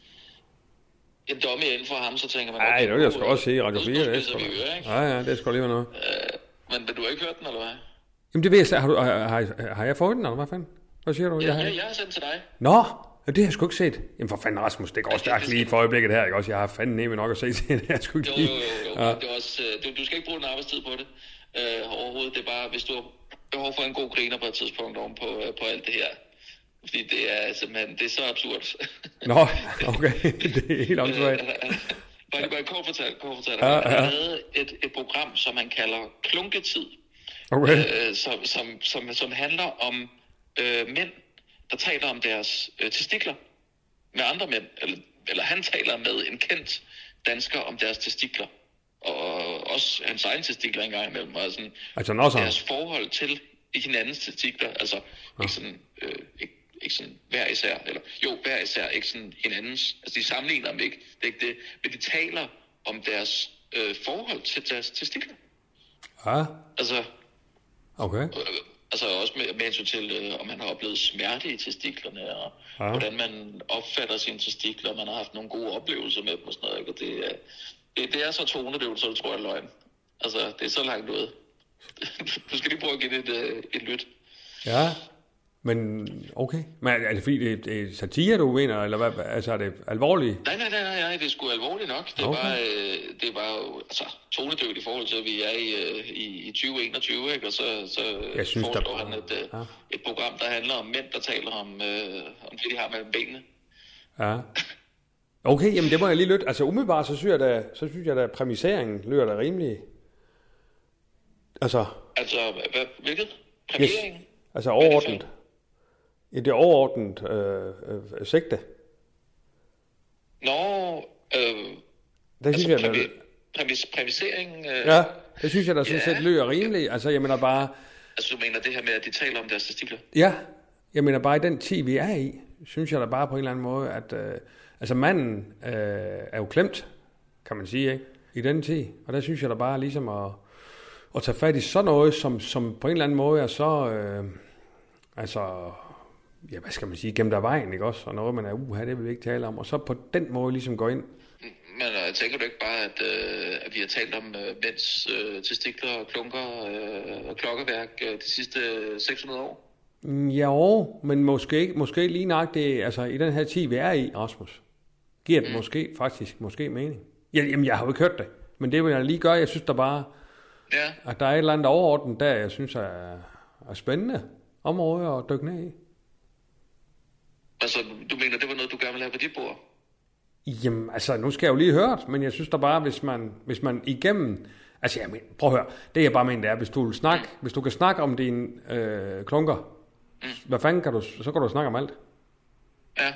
en domme ind for ham, så tænker man... Nej, det vil jeg sgu også sige. Radio fire, det er sgu... Ja, ja, det skal lige være noget. Uh, men, men du har ikke hørt den, eller hvad? Jamen det ved jeg slet. Har, du, har, har, har jeg fået den, eller hvad fanden? Hvad siger du? Ja, jeg har, ja, jeg har sendt til dig. Nå, det har jeg sgu ikke set. Jamen for fanden, Rasmus, det går også stærkt lige for øjeblikket her, ikke også? Jeg har fanden nemme nok at se til det, jeg skulle ikke jo, jo, jo, jo. Ja. Det er også, du, du skal ikke bruge en arbejdstid på det. Uh, overhovedet, det er bare, hvis du har behov for en god griner på et tidspunkt oven på, uh, på alt det her. Fordi det er simpelthen, det er så absurd. Nå, okay, det er helt omsvagt. Bare lige bare kort fortalt, kort fortalt. Ja, ja. Han havde et, et program, som han kalder Klunketid. Okay. Øh, som, som, som, som handler om øh, mænd, der taler om deres øh, testikler med andre mænd. Eller, eller han taler med en kendt dansker om deres testikler. Og også hans egen testikler engang imellem. Og sådan, altså deres forhold til hinandens testikler. Altså ja. ikke sådan... Øh, ikke, ikke sådan hver især, eller jo, hver især, ikke sådan hinandens, altså de sammenligner dem ikke, det er ikke det, men de taler om deres øh, forhold til deres testikler. Ja. Altså, okay. Øh, altså også med, med hensyn til, øh, om man har oplevet smerte i testiklerne, og ja. hvordan man opfatter sine testikler, og man har haft nogle gode oplevelser med dem og sådan noget, ikke? Og det, øh, det, det er så tonedøvt, så det tror jeg er løgn. Altså, det er så langt ud. Du skal lige prøve at give det et, et lyt. Ja. Men okay, men er det fordi det, det er satire, du mener, eller hvad? Altså er det alvorligt? Nej, nej, nej, nej, nej, det er sgu alvorligt nok. Det er okay. bare, øh, det er bare altså, tonedøvt i forhold til, at vi er i, øh, i, i tyve enogtyve, ikke? Og så, så jeg synes, foreslår der... han et, øh, ja. et program, der handler om mænd, der taler om, øh, om det, de har mellem benene. Ja. Okay, jamen det må jeg lige lytte. Altså umiddelbart, så synes jeg da, så synes jeg da, præmisseringen lyder da rimelig. Altså... Altså, hvad, hvilket? Præmisseringen? Yes. Altså overordnet. I det overordnet øh, øh, sigte. Nå, øh, det synes altså, jeg, præmi- præmis- præmisering... Øh, ja, det synes jeg da sådan ja. set lyder rimeligt. Altså, jeg mener bare... Altså, du mener det her med, at de taler om deres testikler? Ja, jeg mener bare, i den tid, vi er i, synes jeg da bare på en eller anden måde, at... Øh, altså, manden øh, er jo klemt, kan man sige, ikke? I den tid. Og der synes jeg da bare ligesom at... at tage fat i sådan noget, som, som på en eller anden måde er så... Øh, altså... Ja, hvad skal man sige, gennem der vejen, ikke også? Og noget, man er, uha, det vil vi ikke tale om. Og så på den måde ligesom gå ind. Men jeg tænker du ikke bare, at, øh, at vi har talt om øh, mænds øh, testikler, klunker øh, og klokkeværk øh, de sidste seks hundrede år? Jo, men måske ikke, måske lige nok det, altså i den her tid, vi er i, Rasmus, giver det mm. måske faktisk, måske mening. Ja, jamen, jeg har jo ikke hørt det, men det vil jeg lige gøre. Jeg synes der bare, ja. at der er et eller andet overordnet der, jeg synes er, er spændende område at dykke ned i. Altså, du mener, det var noget, du gerne ville have på dit bord? Jamen, altså, nu skal jeg jo lige høre det, men jeg synes da bare, hvis man, hvis man igennem... Altså, jeg mener, prøv at høre, det jeg bare mener, det er, hvis du vil snakke, mm. hvis du kan snakke om dine øh, klunker, mm. hvad fanden kan du, så kan du snakke om alt. Ja.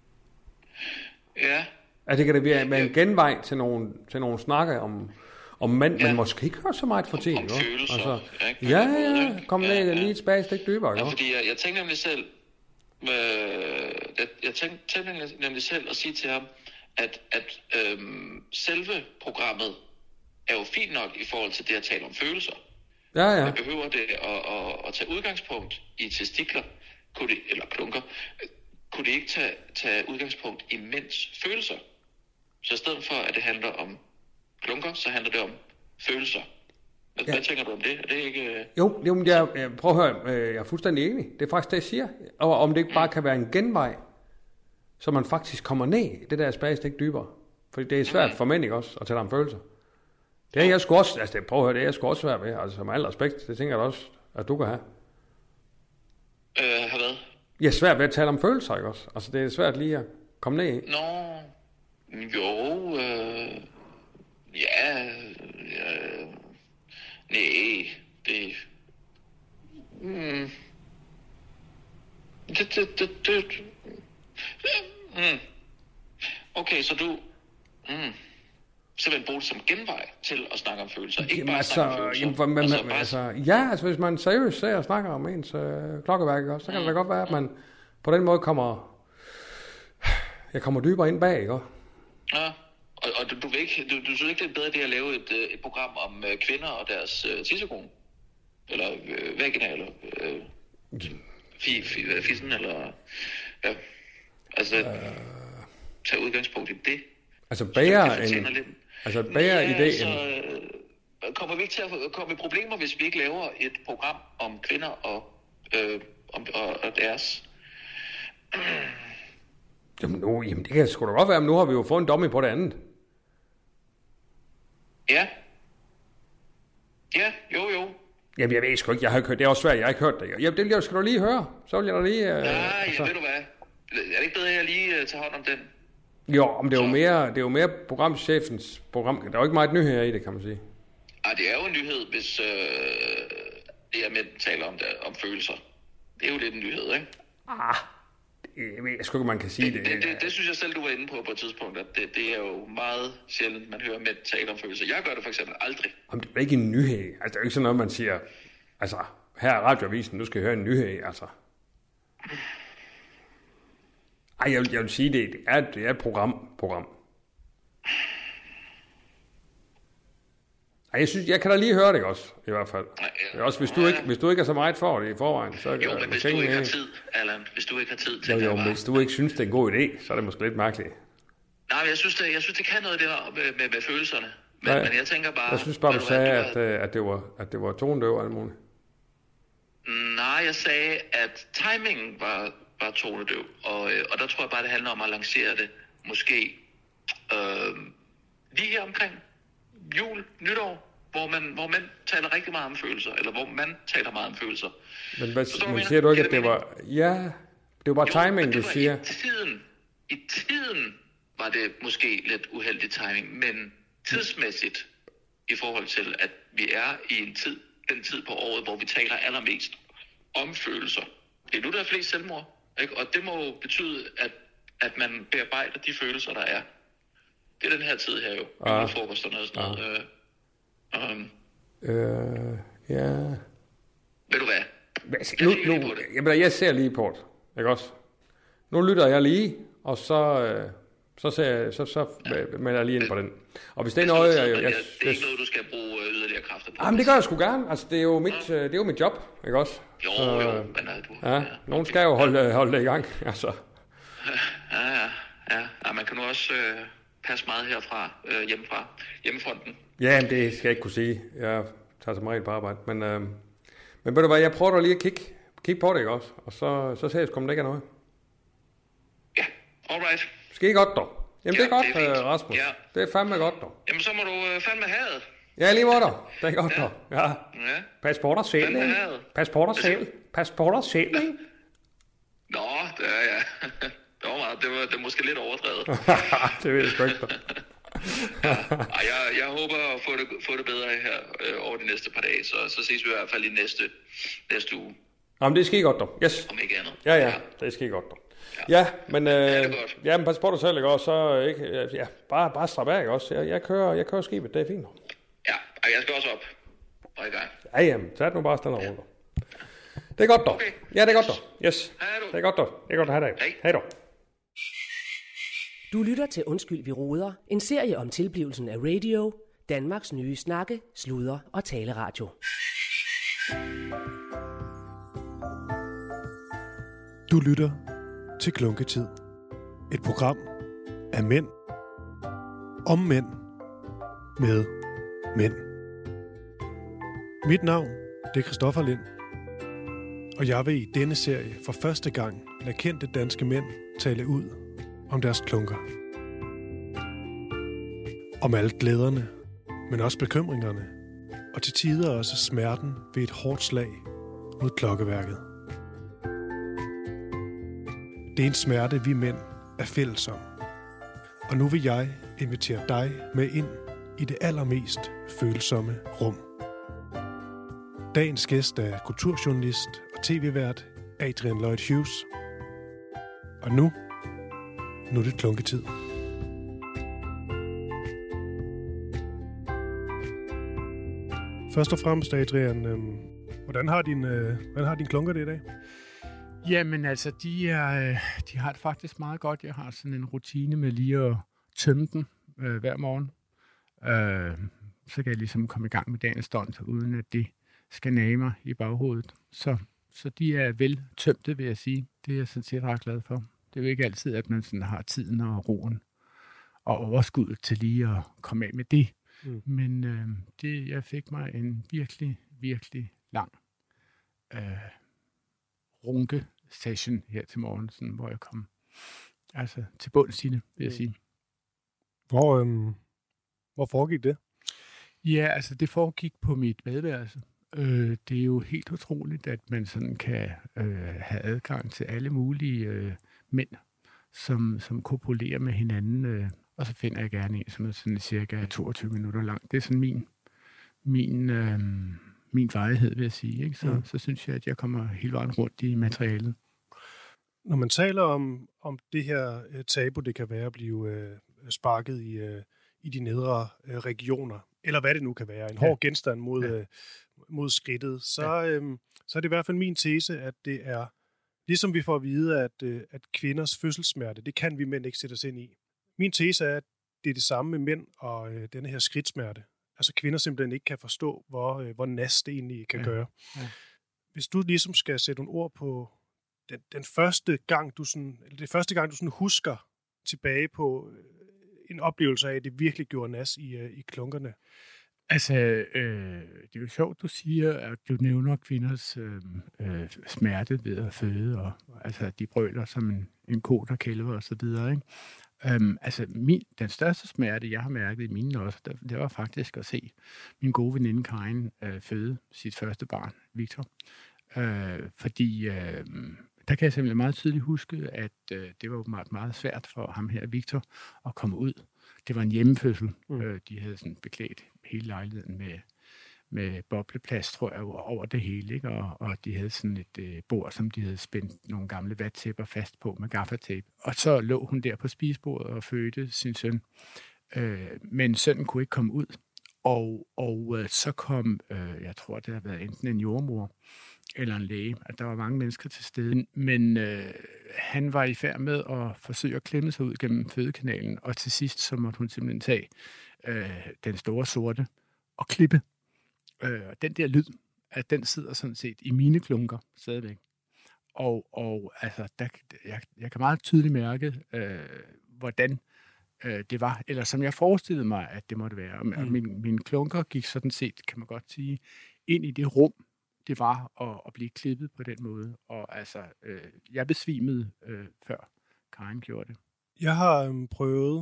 Ja. Altså, det kan det være med en genvej til nogle, til nogle snakke om, om mænd, ja. men måske ikke høre så meget for tiden. Om, om følelser. Altså, ja, ja, ja, kom ned ja, ja. lige et spadestik dybere. Ja, fordi jeg, jeg tænker nemlig selv, øh, jeg, jeg tænker, tænker nemlig selv at sige til ham, at, at øhm, selve programmet er jo fint nok i forhold til det at tale om følelser. Ja, ja. Man behøver det at, at, at tage udgangspunkt i testikler, kunne det, eller klunker, kunne det ikke tage, tage udgangspunkt i mænds følelser. Så i stedet for, at det handler om klunker, så handler det om følelser. Hvad, ja. hvad tænker du om det? Er det ikke... Jo, jo jeg, jeg, prøv at høre, jeg er fuldstændig enig. Det er faktisk det, jeg siger. Og om det ikke bare mm. kan være en genvej, så man faktisk kommer ned det der spadestik dybere. Fordi det er svært for mænd, ikke også, at tale om følelser. Det er jeg sgu også, altså prøv at høre, det er jeg sgu også svært ved, altså med al respekt, det tænker jeg også, at du kan have. Øh, har hvad? Jeg er svært ved at tale om følelser, ikke også? Altså det er svært lige at komme ned i. Nå, jo, øh, ja, ja, nej, det, mm, det, det, det, det, mm. Okay, så du, mm, simpelthen bruge det som genvej til at snakke om følelser, ikke jamen, bare altså, snakke om følelser. Jamen, for, men, altså, men, bare... altså, ja, altså hvis man seriøst ser og snakker om ens øh, klokkeværk, også, så kan mm. det da godt være, at man på den måde kommer, jeg kommer dybere ind bag, ikke? Ja, og, og du, du, vil ikke, du, du synes ikke, det er bedre det at lave et, et program om øh, kvinder og deres øh, tissekone? Eller øh, vagina, eller øh, fi, fi, fissen, eller ja, altså øh... tage udgangspunkt i det. Altså bærer en, altså bærer ja, ideen. Så, øh, kommer vi ikke til at komme i problemer, hvis vi ikke laver et program om kvinder og, øh, om, og, og deres... Jamen, nu, jamen det kan sgu da godt være, men nu har vi jo fået en dummy på det andet. Ja. Ja, jo jo. Jamen jeg ved sgu ikke, jeg har ikke hørt, det er også svært, jeg har ikke hørt det. Jamen det vil jeg, skal du lige høre, så vil jeg da lige... Øh, Nej, altså. ja, ved du hvad, er det ikke bedre, at jeg lige uh, tager hånd om den? Jo, om det er jo mere, det er jo mere programchefens program, der er jo ikke meget nyheder i det, kan man sige. Ah, det er jo en nyhed, hvis øh, det er med at tale om, det, om følelser. Det er jo lidt en nyhed, ikke? Ah, jeg ved sgu ikke, man kan sige det. Det, det, det, det synes jeg selv, du var inde på på et tidspunkt, at det, det er jo meget sjældent, man hører med at tale om følelser. Jeg gør det for eksempel aldrig. Om det er ikke en nyhed. Altså, det er jo ikke sådan noget, man siger, altså, her er radioavisen, nu skal jeg høre en nyhed, altså. Ej, jeg vil, jeg vil sige, det, det, er, det er et program, program. Ej, jeg synes, jeg kan da lige høre det også, i hvert fald. Nej, ja. Det er også, hvis du, ikke, hvis du ikke er så meget for det i forvejen, så... Jo, men hvis du ikke har tid, Allan, hvis du ikke har tid til jo, jo, det... Jo, hvis du ikke synes, det er en god idé, så er det måske lidt mærkeligt. Nej, men jeg synes, det, jeg synes, det kan noget der med, med, med følelserne. Men, Nej, men jeg tænker bare... Jeg synes bare, du sagde, at, at, at, at, det var, at det var tonedøv og alt muligt. Nej, jeg sagde, at timingen var, var tonedøv. Og, og der tror jeg bare, det handler om at lancere det. Måske øh, lige her omkring jul, nytår. Hvor man, hvor man taler rigtig meget om følelser, eller hvor man taler meget om følelser. Men, hvad, men siger du ikke, at det var... Ja, det var bare jo, timing, du siger. I tiden, I tiden var det måske lidt uheldig timing, men tidsmæssigt, i forhold til, at vi er i en tid, den tid på året, hvor vi taler allermest om følelser. Det er nu, der er flest selvmord, ikke? Og det må betyde, at, at man bearbejder de følelser, der er. Det er den her tid her jo. Ah. Julefrokosterne og sådan noget. Ah. Um, øh, ja... Ved du hvad? Jeg, nu, nu, jeg, jeg ser lige på det, ikke også? Nu lytter jeg lige, og så, øh, så, ser jeg, så, så ja. melder jeg lige ind på den. Og hvis det er noget... Jeg, jeg, jeg, det er ikke noget, du skal bruge yderligere kræfter på. Jamen, det gør jeg sgu gerne. Altså, det er jo mit, ja. det er jo mit job, ikke også? Jo, så, jo, men er du... Ja, ja, nogen skal jo holde, holde det i gang, altså. Ja, ja, ja. ja man kan nu også øh, passe meget herfra, øh, hjemmefra, hjemmefronten. Ja, men det skal jeg ikke kunne sige. Jeg tager som regel på arbejde. Men, øh, men ved du hvad, jeg prøver da lige at kigge, kigge på det, ikke også? Og så, så ser jeg, om det ikke er noget. Ja, alright. Skal I godt, dog? Jamen, ja, det er godt, det er Rasmus. Ja. Det er fandme godt, dog. Jamen, så må du øh, fandme have det. Ja, lige måde, dog. Det er godt, ja. dog. Ja. Ja. Pas på dig selv, ikke? Pas på dig selv. Pas på dig selv, ikke? Nå, det er ja. Det var meget. Det var, det var måske lidt overdrevet. Det ved jeg sgu ikke. Ja, jeg, jeg håber at få det, få det bedre her øh, over de næste par dage, så, så ses vi i hvert fald i næste, næste uge. Jamen, det skal I godt, dog. Yes. Om ikke andet. Ja, ja, det skal I godt, dog. Ja, ja men, øh, ja, ja, men pas på dig selv, ikke også? Så, ikke, ja, bare, bare strap af, ikke også? Jeg, jeg, kører, jeg kører skibet, det er fint. Ja, og jeg skal også op og i gang. Ja, jamen, tag det nu bare stand og roligt. Det er godt, dog. Okay. Ja, det er godt, dog. Yes. Hej, du. Det er godt, dog. Det er godt at have dig. Hej. Hej, dog. Du lytter til Undskyld, vi roder, en serie om tilblivelsen af radio, Danmarks nye snakke, sludre og taleradio. Du lytter til Klunketid. Et program af mænd, om mænd, med mænd. Mit navn det er Christoffer Lind, og jeg vil i denne serie for første gang lade kendte danske mænd tale ud om deres klunker. Om alle glæderne, men også bekymringerne, og til tider også smerten ved et hårdt slag mod klokkeværket. Det er en smerte, vi mænd er fælles om. Og nu vil jeg invitere dig med ind i det allermest følsomme rum. Dagens gæst er kulturjournalist og tv-vært Adrian Lloyd Hughes. Og nu, nu er det klunketid. Først og fremmest, Adrian, øh, hvordan har din, øh, hvordan har din klunker det i dag? Jamen altså, de, er, de har det faktisk meget godt. Jeg har sådan en rutine med lige at tømme den øh, hver morgen. Øh, så kan jeg ligesom komme i gang med dagens stund, uden at det skal nage mig i baghovedet. Så, så de er vel tømte, vil jeg sige. Det er jeg sådan set ret glad for. Det er jo ikke altid, at man sådan har tiden og roen og overskuddet til lige at komme af med det. Mm. Men øh, det, jeg fik mig en virkelig, virkelig lang øh, runke-session her til morgen, sådan, hvor jeg kom altså, til bunds i det, vil jeg sige. Hvor, øhm, hvor foregik det? Ja, altså det foregik på mit badeværelse. Øh, det er jo helt utroligt, at man sådan kan øh, have adgang til alle mulige øh, mænd, som, som kopulerer med hinanden. Øh, og så finder jeg gerne en, som er sådan cirka toogtyve minutter lang. Det er sådan min, min, øh, min varighed, vil jeg sige. Ikke? Så, mm. så synes jeg, at jeg kommer hele vejen rundt i materialet. Når man taler om, om det her uh, tabu, det kan være at blive uh, sparket i, uh, i de nedre uh, regioner, eller hvad det nu kan være, en ja. hård genstand mod, ja. uh, mod skridtet, så, ja. um, så er det i hvert fald min tese, at det er, ligesom vi får at vide, at, uh, at kvinders fødselssmerte, det kan vi mænd ikke sætte os ind i. Min tese er, at det er det samme med mænd og uh, denne her skridtsmerte. Altså kvinder simpelthen ikke kan forstå, hvor, uh, hvor næst det egentlig kan ja. gøre. Ja. Hvis du ligesom skal sætte nogle ord på den, den første gang, du sådan, eller det første gang, du sådan husker tilbage på en oplevelse af, at det virkelig gjorde nas i, i klunkerne. Altså, øh, det er jo sjovt, du siger, at du nævner kvinders øh, øh, smerte ved at føde, og altså, de brøler som en, en ko, der kælver og så videre, ikke? Um, altså, min, den største smerte, jeg har mærket i mine også, der, det var faktisk at se min gode veninde Karin øh, føde sit første barn, Victor. Øh, fordi øh, der kan jeg simpelthen meget tydeligt huske, at øh, det var meget, meget svært for ham her, Victor, at komme ud. Det var en hjemmefødsel. Mm. Øh, de havde sådan beklædt hele lejligheden med, med bobleplast, tror jeg, over det hele. Ikke? Og, og de havde sådan et øh, bord, som de havde spændt nogle gamle vattæpper fast på med gaffatape. Og så lå hun der på spisebordet og fødte sin søn. Øh, men sønnen kunne ikke komme ud. Og, og øh, så kom, øh, jeg tror, det har været enten en jordmor eller en læge, at der var mange mennesker til stede. Men øh, han var i færd med at forsøge at klemme sig ud gennem fødekanalen, og til sidst så måtte hun simpelthen tage øh, den store sorte og klippe. Øh, den der lyd, at den sidder sådan set i mine klunker stadigvæk. Og, og altså, der, jeg, jeg kan meget tydeligt mærke, øh, hvordan øh, det var, eller som jeg forestillede mig, at det måtte være. Mm. Min, mine klunker gik sådan set, kan man godt sige, ind i det rum, det var at, at blive klippet på den måde. Og altså, øh, jeg besvimede øh, før Karin gjorde det. Jeg har øhm, prøvet,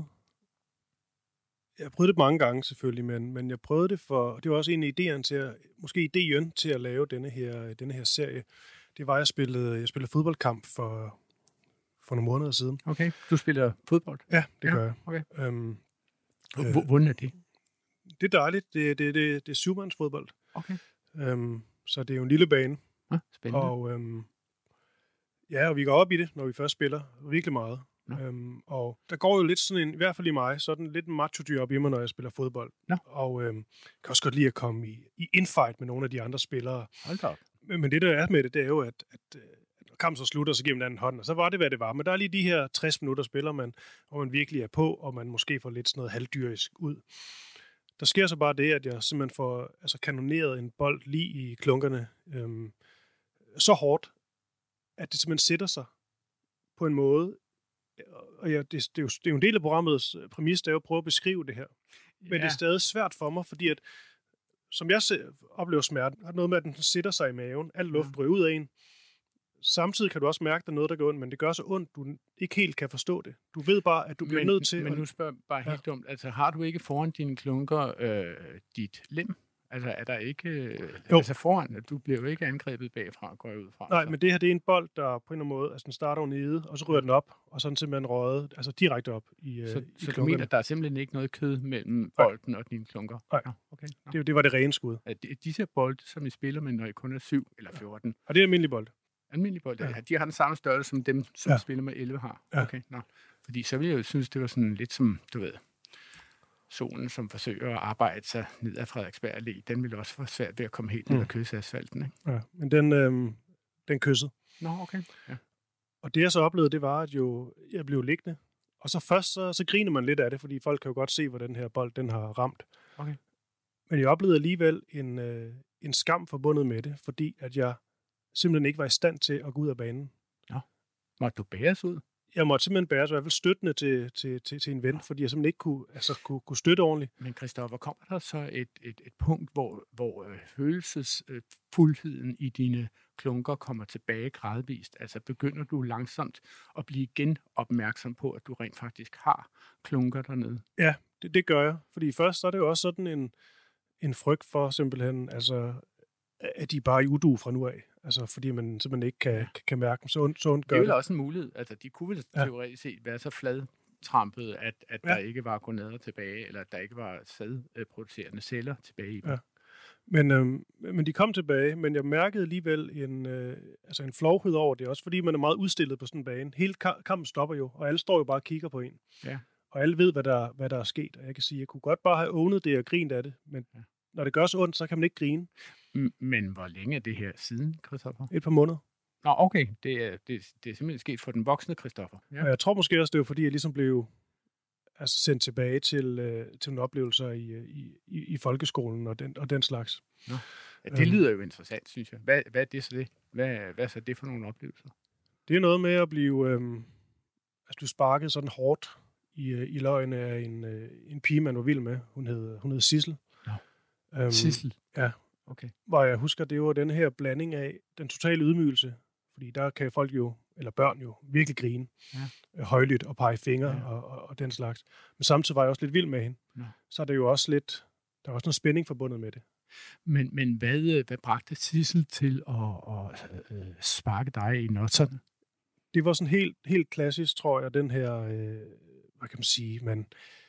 jeg har prøvet det mange gange selvfølgelig, men, men jeg prøvede det for, det var også en af idéerne til at, måske idéen til at lave denne her, denne her serie. Det var, at jeg spillede, jeg spillede fodboldkamp for, for nogle måneder siden. Okay, du spiller fodbold? Ja, det ja, gør jeg. Okay. Øhm, Hvordan er det? Det er dejligt. Det, det, det, det er syvmandsfodbold. Okay. Øhm, så det er jo en lille bane. Ah, spændende. Og øhm, ja, og vi går op i det, når vi først spiller. Virkelig meget. Ja. Øhm, og der går jo lidt sådan en, i hvert fald i mig, sådan lidt en macho-dyr op i mig, når jeg spiller fodbold. Ja. Og øhm, kan også godt lide at komme i, i infight med nogle af de andre spillere. Hold da op. Men, men det, der er med det, det er jo, at, at, at kampen så slutter, så giver man anden hånd, og så var det, hvad det var. Men der er lige de her tres minutter, spiller man, hvor man virkelig er på, og man måske får lidt sådan noget halvdyrisk ud. Der sker så bare det, at jeg simpelthen får altså, kanoneret en bold lige i klunkerne øhm, så hårdt, at det simpelthen sætter sig på en måde. Og ja, det, det, er jo, det er jo en del af programmets præmis, der er jo at prøve at beskrive det her. Men ja. Det er stadig svært for mig, fordi at, som jeg ser, oplever smerten, har noget med, at den sætter sig i maven. Al luft ryger ud af en. samtidig kan du også mærke, at der er noget, der går ondt, men det gør så ondt, du ikke helt kan forstå det. Du ved bare, at du bliver men, nødt til... Men nu spørger jeg bare helt ja. dumt. Altså, har du ikke foran dine klunker øh, dit lem? Altså, er der ikke... Øh, altså foran, du bliver jo ikke angrebet bagfra, går jeg ud fra. Nej, så. men det her, det er en bold, der på en eller anden måde... Altså, den starter jo nede, og så ryger den op, og så er den simpelthen røget, altså direkte op i Så, i så du mener, at der er simpelthen ikke noget kød mellem bolden og dine klunker? Nej, Nå, okay. Nå. Det, det var det rene skud. Er det, disse bolde, som I spiller med, når I kun er syv eller fjorten? Og det er almindelige bold. Almindelige bolde, ja. De har den samme størrelse, som dem, som ja. spiller med elleve har? Ja. Okay, nå. Fordi så ville jeg jo synes, det var sådan lidt som, du ved... solen, som forsøger at arbejde sig ned ad Frederiksberg Allé, den ville også få svært ved at komme helt ned ad mm. kysse-asfalten, ikke? Ja, men den, øh, den kyssede. Nå, okay. Ja. Og det, jeg så oplevede, det var, at jo, jeg blev liggende. Og så først, så, så griner man lidt af det, fordi folk kan jo godt se, hvor den her bold, den har ramt. Okay. Men jeg oplevede alligevel en, øh, en skam forbundet med det, fordi at jeg simpelthen ikke var i stand til at gå ud af banen. Nå. Måtte du bæres ud? Jeg måtte simpelthen bæres, i hvert fald støttende til, til, til, til en ven, fordi jeg simpelthen ikke kunne, altså, kunne, kunne støtte ordentligt. Men Christoffer, kommer der så et, et, et punkt, hvor, hvor øh, følelsesfuldheden øh, i dine klunker kommer tilbage gradvist? Altså begynder du langsomt at blive igen opmærksom på, at du rent faktisk har klunker dernede? Ja, det, det gør jeg. Fordi først så er det jo også sådan en, en frygt for simpelthen, altså, at de bare er i udu fra nu af. Altså, fordi man simpelthen ikke kan, ja. kan mærke dem. Så ondt, så ondt gør det. Det er vel også en mulighed. Altså, de kunne vel ja. teoretisk set være så fladtrampet, at, at ja. der ikke var gonader tilbage, eller at der ikke var sædproducerende celler tilbage i dem. Ja. Men, øhm, men de kom tilbage, men jeg mærkede alligevel en, øh, altså en flovhed over det, også fordi man er meget udstillet på sådan en bane. Hele kampen stopper jo, og alle står jo bare og kigger på en. Ja. Og alle ved, hvad der, hvad der er sket. Og jeg kan sige, jeg kunne godt bare have ownet det og grint af det, men ja. når det gør så ondt, så kan man ikke grine. Men hvor længe er det her siden, Christoffer? Et par måneder. Nå, okay. Det er, det, det er simpelthen sket for den voksne Christoffer. Ja. Og jeg tror måske også, det var fordi, jeg ligesom blev altså, sendt tilbage til, øh, til nogle oplevelser i, i, i folkeskolen og den, og den slags. Nå. Ja, det lyder jo interessant, synes jeg. Hvad, hvad er det så det? Hvad, hvad er så det for nogle oplevelser? Det er noget med at blive, øh, altså, du sparket sådan hårdt i, i løgene af en, øh, en pige, man var vild med. Hun hed, hun hed Sissel. Ja. Um, Sissel? Ja. Okay. Hvor jeg husker, det var den her blanding af den totale ydmygelse, fordi der kan folk jo, eller børn jo, virkelig grine, ja. højlydt og pege fingre ja. og, og, og den slags. Men samtidig var jeg også lidt vild med hende. Ja. Så er det jo også lidt, der er også noget spænding forbundet med det. Men, men hvad, hvad bragte Sissel til at, at, at sparke dig i notterne? Det var sådan helt, helt klassisk, tror jeg, den her, øh, hvad kan man sige, man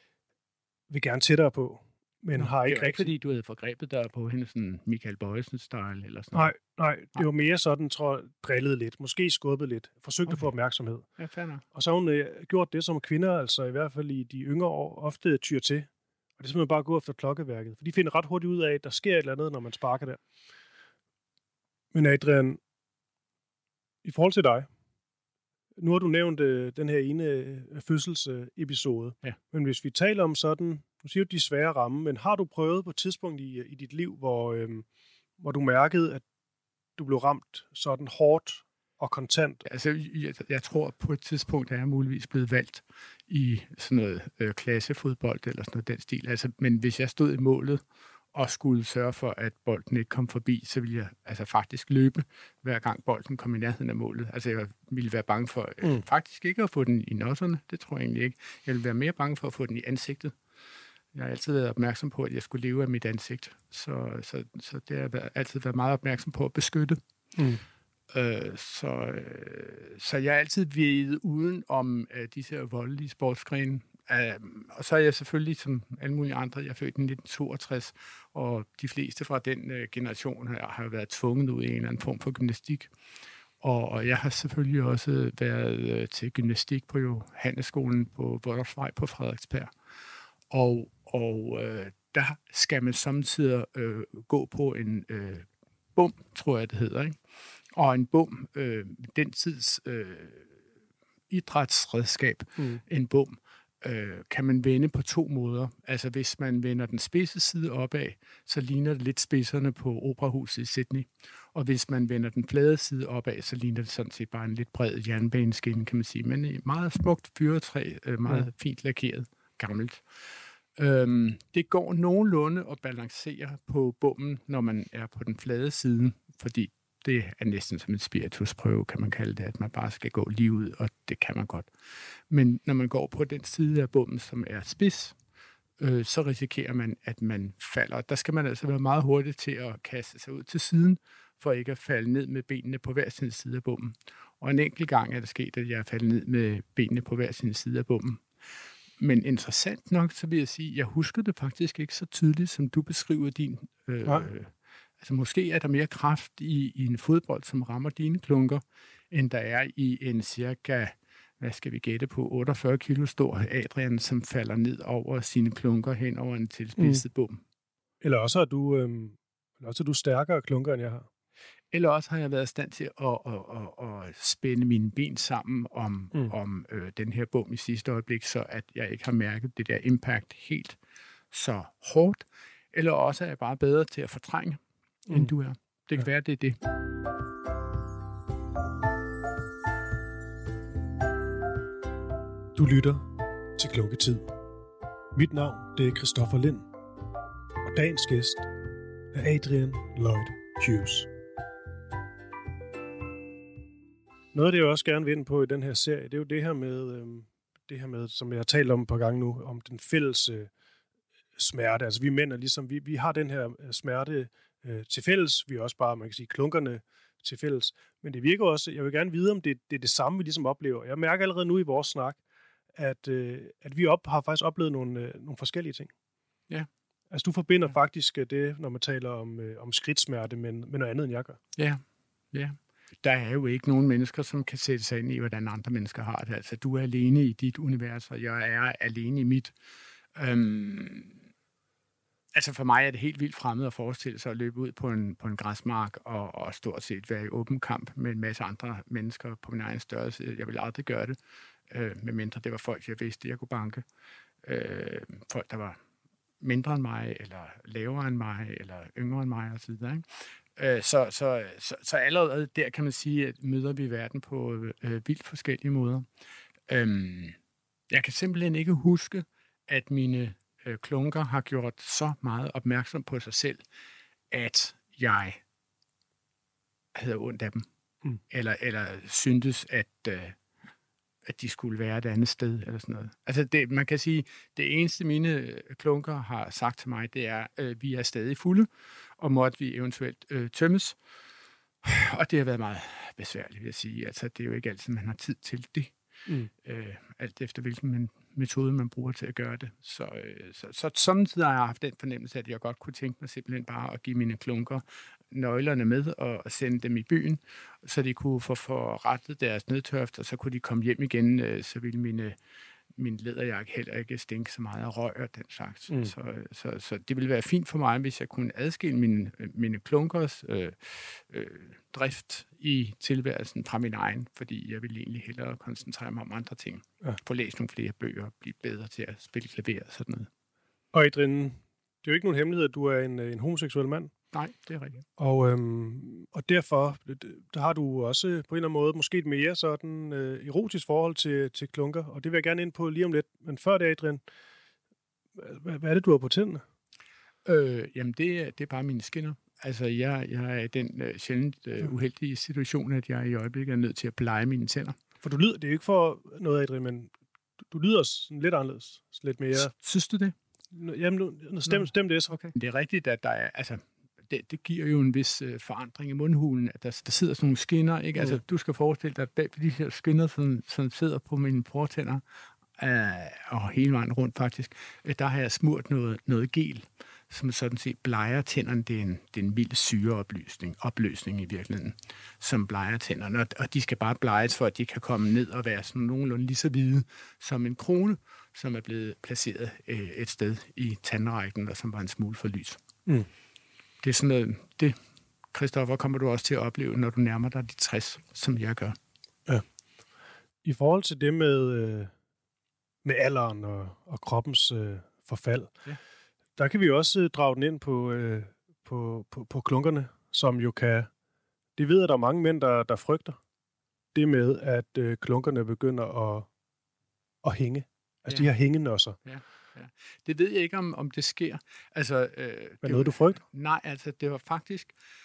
vil gerne tættere på. Men Nå, har ikke det var rigtig... ikke, fordi du havde forgrebet dig på hende sådan Michael Bøjesen-style eller sådan Nej, nej, det nej. var mere sådan, tror jeg, drillet lidt, måske skubbet lidt, forsøgte okay. at få opmærksomhed. Ja, fandme. Og så har hun øh, gjort det, som kvinder, altså i hvert fald i de yngre år, ofte tyr til. Og det er simpelthen bare at gå efter klokkeværket, for de finder ret hurtigt ud af, at der sker et eller andet, når man sparker der. Men Adrian, i forhold til dig, nu har du nævnt øh, den her ene øh, fødselsepisode, ja. Men hvis vi taler om sådan, du siger jo, de svære ramme, men har du prøvet på et tidspunkt i, i dit liv, hvor, øh, hvor du mærkede, at du blev ramt sådan hårdt og kontant? Altså, jeg, jeg tror på et tidspunkt, er jeg muligvis blevet valgt i sådan noget øh, klassefodbold eller sådan noget den stil. Altså, men hvis jeg stod i målet og skulle sørge for, at bolden ikke kom forbi, så ville jeg altså faktisk løbe, hver gang bolden kom i nærheden af målet. Altså, jeg ville være bange for øh, mm. faktisk ikke at få den i notterne. Det tror jeg egentlig ikke. Jeg ville være mere bange for at få den i ansigtet. Jeg har altid været opmærksom på, at jeg skulle leve af mit ansigt. Så, så, så det har jeg altid været meget opmærksom på at beskytte. Mm. Øh, så, øh, så jeg har altid været uden om øh, disse her voldelige sportsgrene. Uh, og så er jeg selvfølgelig, som alle mulige andre, jeg er født i nitten toogtres, og de fleste fra den uh, generation her har været tvunget ud i en eller anden form for gymnastik. Og, og jeg har selvfølgelig også været uh, til gymnastik på Johannesskolen på Voddersvej på Frederiksberg. Og, og uh, der skal man samtidig uh, gå på en uh, bum, tror jeg det hedder, ikke? Og en bum, uh, den tids uh, idrætsredskab, mm. en bum, Øh, kan man vende på to måder. Altså hvis man vender den spidse side opad, så ligner det lidt spidserne på Operahuset i Sydney. Og hvis man vender den flade side opad, så ligner det sådan set bare en lidt bred jernbaneskinne, kan man sige. Men meget smukt fyretræ, meget ja. fint lakeret, gammelt. Øhm, det går nogenlunde at balancere på bommen, når man er på den flade side, fordi Det er næsten som en spiritusprøve, kan man kalde det, at man bare skal gå lige ud, og det kan man godt. Men når man går på den side af bommen, som er spids, øh, så risikerer man, at man falder. Der skal man altså være meget hurtig til at kaste sig ud til siden, for ikke at falde ned med benene på hver sin side af bommen. Og en enkelt gang er det sket, at jeg er faldet ned med benene på hver sin side af bommen. Men interessant nok, så vil jeg sige, jeg husker det faktisk ikke så tydeligt, som du beskriver din. Øh, altså måske er der mere kraft i, i en fodbold, som rammer dine klunker, end der er i en cirka, hvad skal vi gætte på, otteogfyrre kilo stor Adrian, som falder ned over sine klunker hen over en tilspidset mm. bom. Eller også er du, øh, eller også er du stærkere klunker, end jeg har. Eller også har jeg været i stand til at, at, at, at spænde mine ben sammen om, mm. om øh, den her bom i sidste øjeblik, så at jeg ikke har mærket det der impact helt så hårdt. Eller også er jeg bare bedre til at fortrænge, mm. end du er. Det kan ja. være, det er det. Du lytter til Klunketid. Mit navn, det er Christoffer Lind. Og dagens gæst er Adrian Lloyd Hughes. Noget af det, jeg også gerne vil ind på i den her serie, det er jo det her med, øh, det her med, som jeg har talt om et par gange nu, om den fælles øh, smerte. Altså vi mænd er ligesom, vi, vi har den her smerte øh, til fælles. Vi er også bare, man kan sige, klunkerne til fælles. Men det virker også, jeg vil gerne vide, om det, det er det samme, vi ligesom oplever. Jeg mærker allerede nu i vores snak, at, øh, at vi op, har faktisk oplevet nogle, øh, nogle forskellige ting. Ja. Altså du forbinder ja. faktisk det, når man taler om, øh, om skridtsmerte, men, men noget andet, end jeg gør. Ja, ja. Der er jo ikke nogen mennesker, som kan sætte sig ind i, hvordan andre mennesker har det. Altså, du er alene i dit univers, og jeg er alene i mit. Øhm, altså, for mig er det helt vildt fremmed at forestille sig at løbe ud på en, på en græsmark og, og stort set være i åben kamp med en masse andre mennesker på min egen størrelse. Jeg ville aldrig gøre det, øh, medmindre det var folk, jeg vidste, jeg kunne banke. Øh, folk, der var mindre end mig, eller lavere end mig, eller yngre end mig, osv., ikke? Så, så, så, så allerede der kan man sige, at møder vi verden på øh, vildt forskellige måder. Øhm, jeg kan simpelthen ikke huske, at mine øh, klunker har gjort så meget opmærksom på sig selv, at jeg havde ondt af dem. Mm. Eller, eller syntes, at, øh, at de skulle være et andet sted, eller sådan noget. Altså, det, man kan sige, det eneste mine klunker har sagt til mig, det er, at øh, vi er stadig fulde, og måtte vi eventuelt øh, tømmes. Og det har været meget besværligt, vil jeg sige. Altså, det er jo ikke altid, man har tid til det. Mm. Øh, alt efter hvilken man, metode man bruger til at gøre det. Så, øh, så, så samtidig har jeg haft den fornemmelse, at jeg godt kunne tænke mig simpelthen bare at give mine klunker nøglerne med og sende dem i byen, så de kunne få forrettet deres nødtørft, og så kunne de komme hjem igen, øh, så ville mine min læderjakke heller ikke stinke så meget af røg og den slags. Mm. Så, så, så det ville være fint for mig, hvis jeg kunne adskille mine, mine klunkers øh, øh, drift i tilværelsen fra min egen, fordi jeg ville egentlig hellere koncentrere mig om andre ting. Ja. Få læst nogle flere bøger og blive bedre til at spille klaver og sådan noget. Og Adrian, det er jo ikke nogen hemmelighed, at du er en, en homoseksuel mand. Nej, det er rigtigt. Og, øhm, og derfor, der har du også på en eller anden måde måske et mere sådan øh, erotisk forhold til, til klunker, og det vil jeg gerne ind på lige om lidt. Men før det, Adrian, hvad, hvad er det, du har på tænderne? Øh, jamen, det er, det er bare mine skinner. Altså, jeg, jeg er i den øh, sjældent øh, uheldige situation, at jeg i øjeblikket er nødt til at blege mine tænder. For du lyder, det er jo ikke for noget, Adrian, men du, du lyder sådan lidt anderledes. Lidt mere... Synes du det? Jamen, stem, stem det så. Okay. Det er rigtigt, at der er... Altså, Det, det giver jo en vis øh, forandring i mundhulen, at der, der sidder sådan nogle skinner, ikke? Mm. Altså, du skal forestille dig, at bag de her skinner, som, som sidder på mine fortænder, øh, og hele vejen rundt faktisk, øh, der har jeg smurt noget, noget gel, som sådan set bleger tænderne. Det er en, det er en mild syreopløsning, opløsning i virkeligheden, som bleger tænderne, og, og de skal bare bleges, for at de kan komme ned og være sådan nogenlunde lige så hvide som en krone, som er blevet placeret øh, et sted i tandrækken, og som var en smule for lys. Mm. Det er sådan noget, det, Christoffer, kommer du også til at opleve, når du nærmer dig de tres, som jeg gør. Ja. I forhold til det med, øh, med alderen og, og kroppens øh, forfald, ja. Der kan vi også øh, drage den ind på, øh, på, på, på klunkerne, som jo kan... Det ved, at der er mange mænd, der, der frygter det med, at øh, klunkerne begynder at, at hænge. Altså ja. De her hængenosser. Ja. Ja. Det ved jeg ikke, om, om det sker. Altså, øh, Hvad noget, du frygter? Nej, altså, det var faktisk...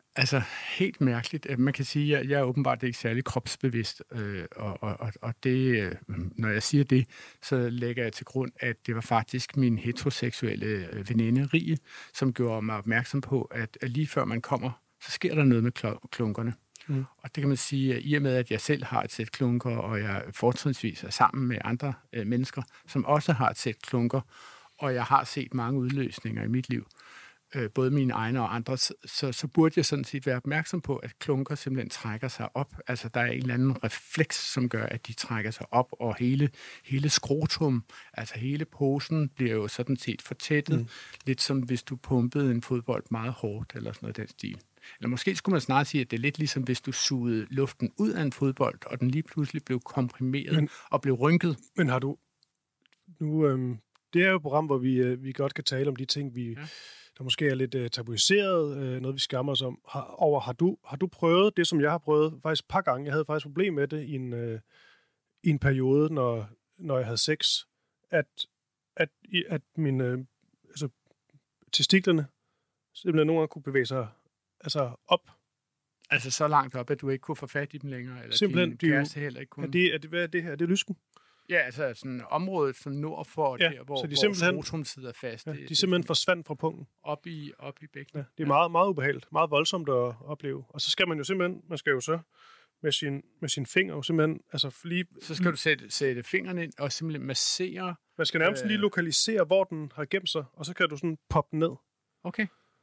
Altså, helt mærkeligt. Man kan sige, at jeg er åbenbart ikke særlig kropsbevidst, øh, og, og, og det, øh, når jeg siger det, så lægger jeg til grund, at det var faktisk min heteroseksuelle veninde, Rie, som gjorde mig opmærksom på, at, at lige før man kommer, så sker der noget med klunkerne. Mm. Og det kan man sige, at i og med, at jeg selv har et sæt klunker, og jeg fortrinsvis er sammen med andre øh, mennesker, som også har et sæt klunker, og jeg har set mange udløsninger i mit liv, øh, både mine egne og andres, så, så burde jeg sådan set være opmærksom på, at klunker simpelthen trækker sig op. Altså, der er en eller anden refleks, som gør, at de trækker sig op, og hele, hele skrotum, altså hele posen, bliver jo sådan set fortættet, mm. lidt som hvis du pumpede en fodbold meget hårdt, eller sådan noget den stil. Eller måske skulle man snart sige, at det er lidt ligesom, hvis du sugede luften ud af en fodbold, og den lige pludselig blev komprimeret men, og blev rynket. Men har du... Nu, øhm, det er jo et program, hvor vi, øh, vi godt kan tale om de ting, vi, ja. der måske er lidt øh, tabuiseret, øh, noget vi skammer os om. Har, over, har, du, har du prøvet det, som jeg har prøvet faktisk et par gange? Jeg havde faktisk et problem med det i en, øh, i en periode, når, når jeg havde sex, at, at, at mine øh, altså, testiklerne simpelthen nogle gange kunne bevæge sig altså op. Altså så langt op, at du ikke kunne få fat i dem længere? Eller simpelthen. Din kæreste heller ikke kunne? Er det, er det, hvad er det her? Er det lysken? Ja, altså sådan området sådan nord for ja, der, hvor, så de hvor skrotum sidder fast. Ja, de det, simpelthen det, forsvandt fra punkten. Op i, op i bækkenet. Ja, det er ja. meget, meget ubehageligt. Meget voldsomt at opleve. Og så skal man jo simpelthen, man skal jo så med sin, med sin finger jo simpelthen, altså lige... Så skal du sætte, sætte fingrene ind og simpelthen massere... Man skal nærmest øh, lige lokalisere, hvor den har gemt sig, og så kan du sådan poppe den ned. Okay.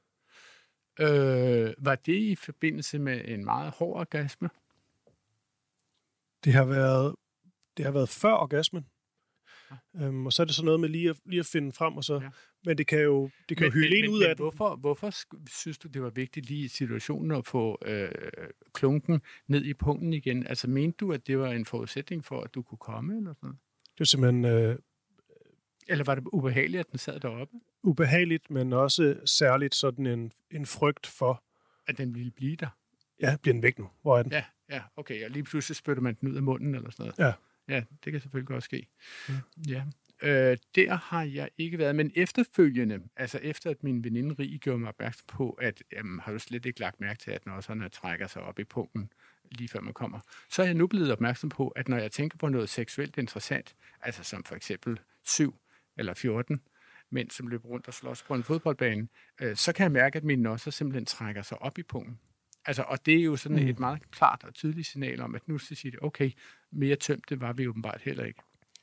Øh, var det i forbindelse med en meget hård orgasme? Det har været, det har været før orgasmen. Ja. Øhm, og så er det så noget med lige at, lige at finde frem, og så, ja. men det kan jo, det kan men, jo hyle en ud af hvorfor, det. Hvorfor synes du, det var vigtigt lige i situationen at få øh, klunken ned i punkten igen? Altså, mente du, at det var en forudsætning for, at du kunne komme, eller sådan noget? Det var simpelthen... Øh, eller var det ubehageligt, at den sad deroppe? Ubehageligt, men også særligt sådan en, en frygt for... At den ville blive der? Ja, bliver den væk nu. Hvor er den? Ja, ja, okay. Og lige pludselig spytter man den ud af munden, eller sådan noget? Ja. Ja, det kan selvfølgelig godt ske. Ja. ja. Øh, der har jeg ikke været, men efterfølgende, altså efter at min veninde Rie gjorde mig opmærksom på, at jamen, har du slet ikke lagt mærke til, at når sådan trækker sig op i punkten, lige før man kommer, så er jeg nu blevet opmærksom på, at når jeg tænker på noget seksuelt interessant, altså som for eksempel syv eller fjorten mænd, som løber rundt og slås på en fodboldbane, øh, så kan jeg mærke, at min nosser simpelthen trækker sig op i punkten. Altså, og det er jo sådan mm. et meget klart og tydeligt signal om, at nu skal sige det, okay, mere tømte var vi åbenbart heller ikke.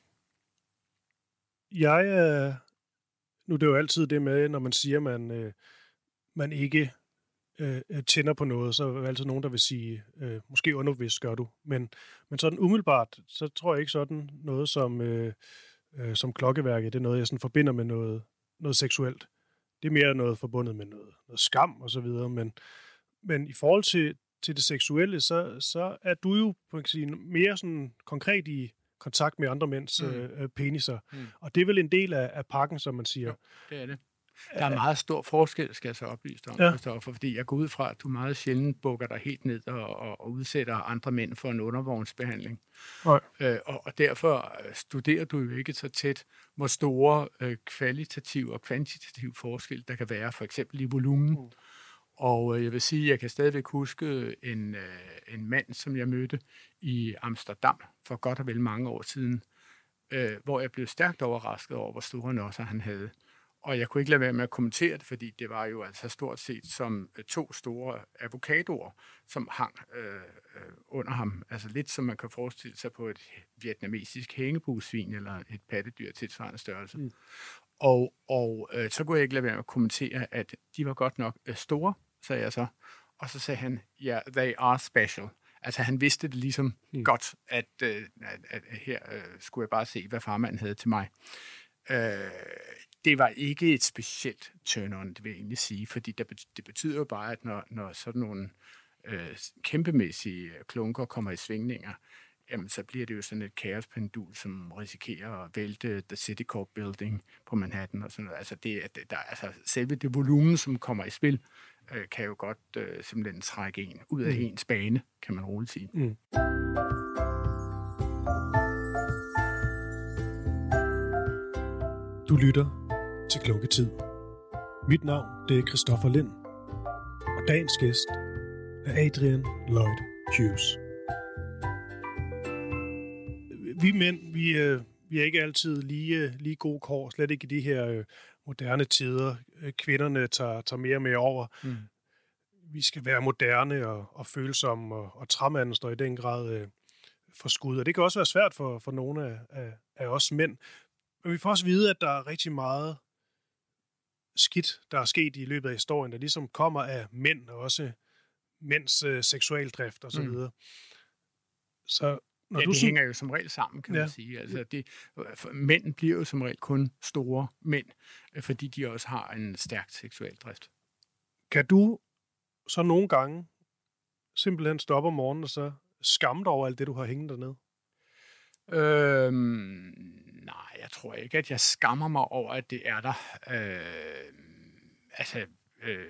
Jeg, øh, nu er det jo altid det med, når man siger, man, øh, man ikke øh, tænder på noget, så er der altid nogen, der vil sige, øh, måske underbevidst gør du, men, men sådan umiddelbart, så tror jeg ikke sådan noget som, øh, øh, som klokkeværket, det er noget, jeg sådan forbinder med noget, noget seksuelt. Det er mere noget forbundet med noget, noget skam og så videre, men Men i forhold til, til det seksuelle, så, så er du jo på kan sige, mere sådan konkret i kontakt med andre mænds mm. øh, peniser. Mm. Og det er vel en del af, af pakken, som man siger. Jo, det er det. Der er meget stor forskel, skal jeg så oplyse dig om, ja. Christoffer, fordi jeg går ud fra, at du meget sjældent bukker dig helt ned og, og, og udsætter andre mænd for en undervognsbehandling. Øh, og, og derfor studerer du jo ikke så tæt, hvor store øh, kvalitative og kvantitative forskel der kan være, for eksempel i volumen. Mm. Og jeg vil sige, at jeg kan stadigvæk huske en, en mand, som jeg mødte i Amsterdam for godt og vel mange år siden, øh, hvor jeg blev stærkt overrasket over, hvor store nosser han havde. Og jeg kunne ikke lade være med at kommentere det, fordi det var jo altså stort set som to store avocadoer, som hang øh, under ham. Altså lidt som man kan forestille sig på et vietnamesisk hængebusvin eller et pattedyr til tilsvarende størrelse. Mm. Og, og øh, så kunne jeg ikke lade være med at kommentere, at de var godt nok øh, store, sagde jeg så. Og så sagde han, ja, yeah, they are special. Altså han vidste det ligesom mm. godt, at, øh, at, at her øh, skulle jeg bare se, hvad farmanden havde til mig. Øh, det var ikke et specielt turn-on, det vil jeg egentlig sige, fordi det, det betyder jo bare, at når, når sådan nogle øh, kæmpemæssige klunker kommer i svingninger, jamen så bliver det jo sådan et kaospendul, som risikerer at vælte The Citicorp Building på Manhattan og sådan noget. Altså, det, der, altså selve det volumen, som kommer i spil, øh, kan jo godt øh, simpelthen trække en ud af mm. ens bane, kan man roligt sige. Mm. Du lytter til Klunketid. Mit navn, det er Christoffer Lind. Og dagens gæst, af Adrian Lloyd Hughes. Vi mænd, vi, øh, vi er ikke altid lige, lige gode kår, slet ikke i de her øh, moderne tider. Kvinderne tager, tager mere og mere over. Mm. Vi skal være moderne og, og følsomme, og, og træmanden står i den grad øh, for skud. Og det kan også være svært for, for nogle af, af, af os mænd. Men vi får også vide, at der er rigtig meget skidt, der er sket i løbet af historien, der ligesom kommer af mænd, og også mænds øh, seksualdrift og så videre. Mm. Så når ja, du det sy- hænger jo som regel sammen, kan ja. man sige. Altså, det, mænd bliver jo som regel kun store mænd, fordi de også har en stærk seksualdrift. Kan du så nogle gange simpelthen stoppe om morgenen og så skamme dig over alt det, du har hængt dernede? Øhm, nej, jeg tror ikke, at jeg skammer mig over, at det er der. Øh, altså, øh,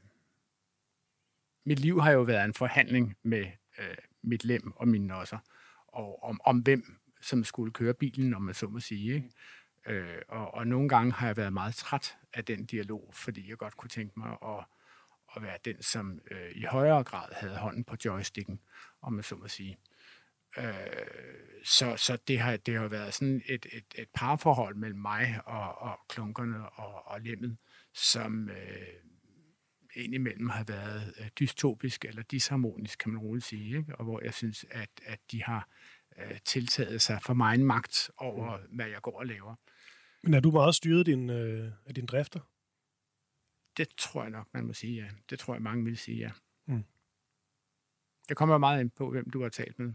mit liv har jo været en forhandling med øh, mit lem og mine nosser, og om, om hvem, som skulle køre bilen, om man så må sige. Ikke? Øh, og, og nogle gange har jeg været meget træt af den dialog, fordi jeg godt kunne tænke mig at, at være den, som øh, i højere grad havde hånden på joysticken, om man så må sige. Øh, så så det, har, det har været sådan et, et, et parforhold mellem mig og, og klunkerne og, og lemmet, som øh, indimellem har været øh, dystopisk eller disharmonisk, kan man roligt sige, ikke? Og hvor jeg synes, at, at de har øh, tiltaget sig for mig en magt over, mm. hvad jeg går og laver. Men er du meget styret din, øh, af dine drifter? Det tror jeg nok, man må sige, ja. Det tror jeg, mange vil sige, ja. Mm. Det kommer meget ind på, hvem du har talt med.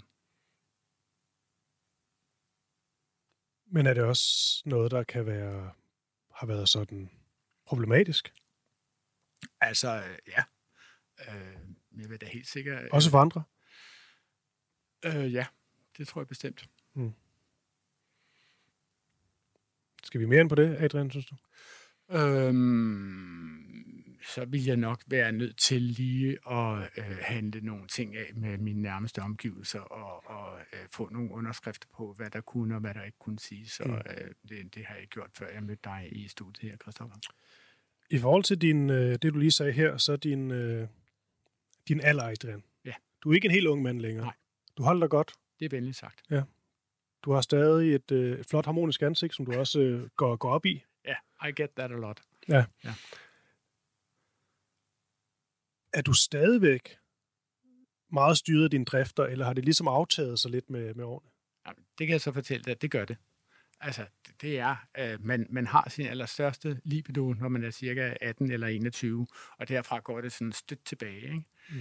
Men er det også noget, der kan være, har været sådan problematisk? Altså, ja. Øh, jeg vil da helt sikkert... Også for andre? Øh, ja, det tror jeg bestemt. Mm. Skal vi mere ind på det, Adrian, synes du? Øhm, så vil jeg nok være nødt til lige at øh, handle nogle ting af med mine nærmeste omgivelser og, og øh, få nogle underskrifter på, hvad der kunne og hvad der ikke kunne siges. Så mm. øh, det, det har jeg gjort, før jeg mødte dig i studiet her, Christoffer. I forhold til din, øh, det, du lige sagde her, så er din, øh, din alder, Adrian. Ja. Du er ikke en helt ung mand længere. Nej. Du holder dig godt. Det er venligt sagt. Ja. Du har stadig et, øh, et flot harmonisk ansigt, som du også øh, går, går op i. Ja, yeah, I get that a lot. Ja. ja. Er du stadigvæk meget styret af dine drifter, eller har det ligesom aftaget sig lidt med, med årene? Jamen, det kan jeg så fortælle dig, at det gør det. Altså, det er, øh, man, man har sin allerstørste libido, når man er cirka atten eller enogtyve, og derfra går det sådan stødt tilbage, ikke? Mm.